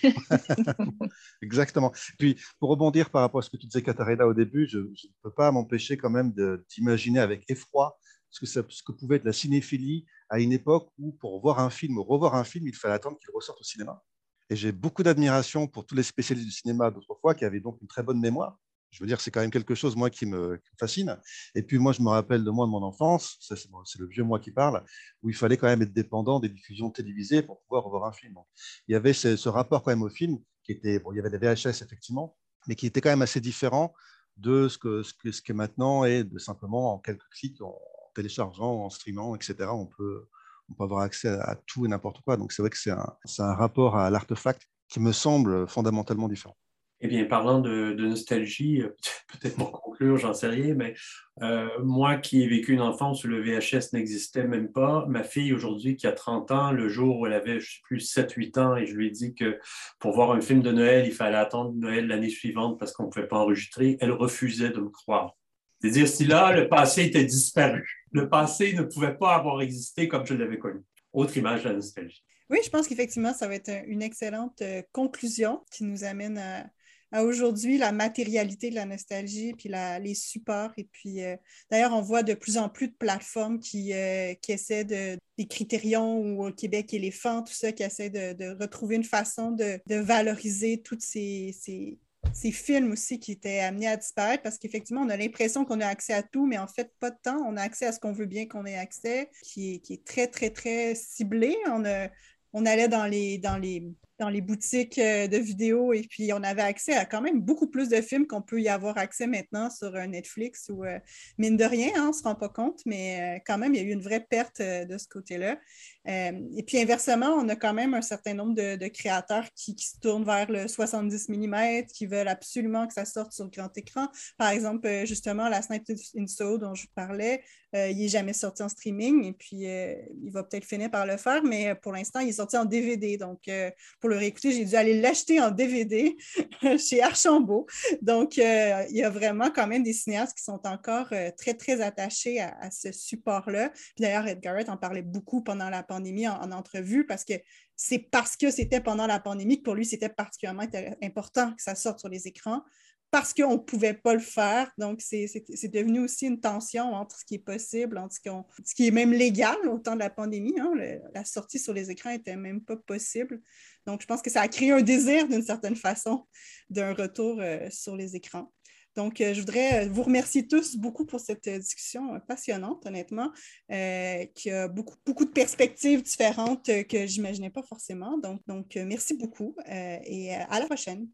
Exactement. Puis, pour rebondir par rapport à ce que tu disais, Katharina, au début, je ne peux pas m'empêcher quand même d'imaginer avec effroi ce que pouvait être la cinéphilie à une époque où, pour voir un film ou revoir un film, il fallait attendre qu'il ressorte au cinéma. Et j'ai beaucoup d'admiration pour tous les spécialistes du cinéma d'autrefois qui avaient donc une très bonne mémoire. Je veux dire, c'est quand même quelque chose, moi, qui me fascine. Et puis, moi, je me rappelle de moi, de mon enfance, c'est le vieux moi qui parle, où il fallait quand même être dépendant des diffusions télévisées pour pouvoir revoir un film. Donc, il y avait ce rapport quand même au film qui était, il y avait des VHS, effectivement, mais qui était quand même assez différent de ce que maintenant est de simplement, en quelques clics, en téléchargeant, en streamant, etc., on peut avoir accès à tout et n'importe quoi. Donc, c'est vrai que c'est un rapport à l'artefact qui me semble fondamentalement différent. Eh bien, parlant de nostalgie, peut-être pour conclure, j'en sais rien, mais moi qui ai vécu une enfance où le VHS n'existait même pas, ma fille aujourd'hui qui a 30 ans, le jour où elle avait, je ne sais plus, 7-8 ans, et je lui ai dit que pour voir un film de Noël, il fallait attendre Noël l'année suivante parce qu'on ne pouvait pas enregistrer, elle refusait de me croire. C'est-à-dire, si là, le passé était disparu, le passé ne pouvait pas avoir existé comme je l'avais connu. Autre image de la nostalgie. Oui, je pense qu'effectivement, ça va être une excellente conclusion qui nous amène à aujourd'hui, la matérialité de la nostalgie, puis les supports. Et puis, d'ailleurs, on voit de plus en plus de plateformes qui essaient des Critérions ou au Québec Éléphant, tout ça, qui essaient de retrouver une façon de valoriser toutes ces ces films aussi qui étaient amenés à disparaître parce qu'effectivement, on a l'impression qu'on a accès à tout, mais en fait, pas de temps. On a accès à ce qu'on veut bien qu'on ait accès, qui est très, très, très ciblé. On allait dans les boutiques de vidéos et puis on avait accès à quand même beaucoup plus de films qu'on peut y avoir accès maintenant sur Netflix ou mine de rien, hein, on ne se rend pas compte, mais quand même, il y a eu une vraie perte de ce côté-là. Et puis inversement, on a quand même un certain nombre de créateurs qui se tournent vers le 70 mm, qui veulent absolument que ça sorte sur le grand écran. Par exemple, justement, la Sniper Inso dont je vous parlais, il n'est jamais sorti en streaming et puis il va peut-être finir par le faire, mais pour l'instant, il est sorti en DVD. Donc, pour le réécouter, j'ai dû aller l'acheter en DVD chez Archambault. Donc, il y a vraiment quand même des cinéastes qui sont encore très, très attachés à ce support-là. Puis d'ailleurs, Edgar Wright en parlait beaucoup pendant la pandémie en entrevue parce que c'est parce que c'était pendant la pandémie que pour lui, c'était particulièrement important que ça sorte sur les écrans parce qu'on ne pouvait pas le faire. Donc, c'est devenu aussi une tension entre ce qui est possible, entre ce qui est même légal au temps de la pandémie. Hein. La sortie sur les écrans n'était même pas possible. Donc, je pense que ça a créé un désir, d'une certaine façon, d'un retour sur les écrans. Donc, je voudrais vous remercier tous beaucoup pour cette discussion passionnante, honnêtement, qui a beaucoup de perspectives différentes que je n'imaginais pas forcément. Donc, merci beaucoup et à la prochaine.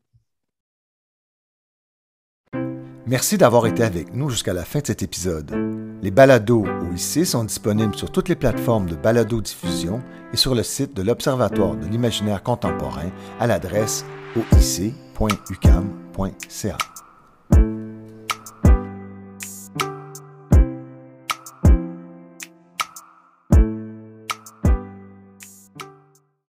Merci d'avoir été avec nous jusqu'à la fin de cet épisode. Les balados OIC sont disponibles sur toutes les plateformes de balado-diffusion et sur le site de l'Observatoire de l'imaginaire contemporain à l'adresse oic.uqam.ca.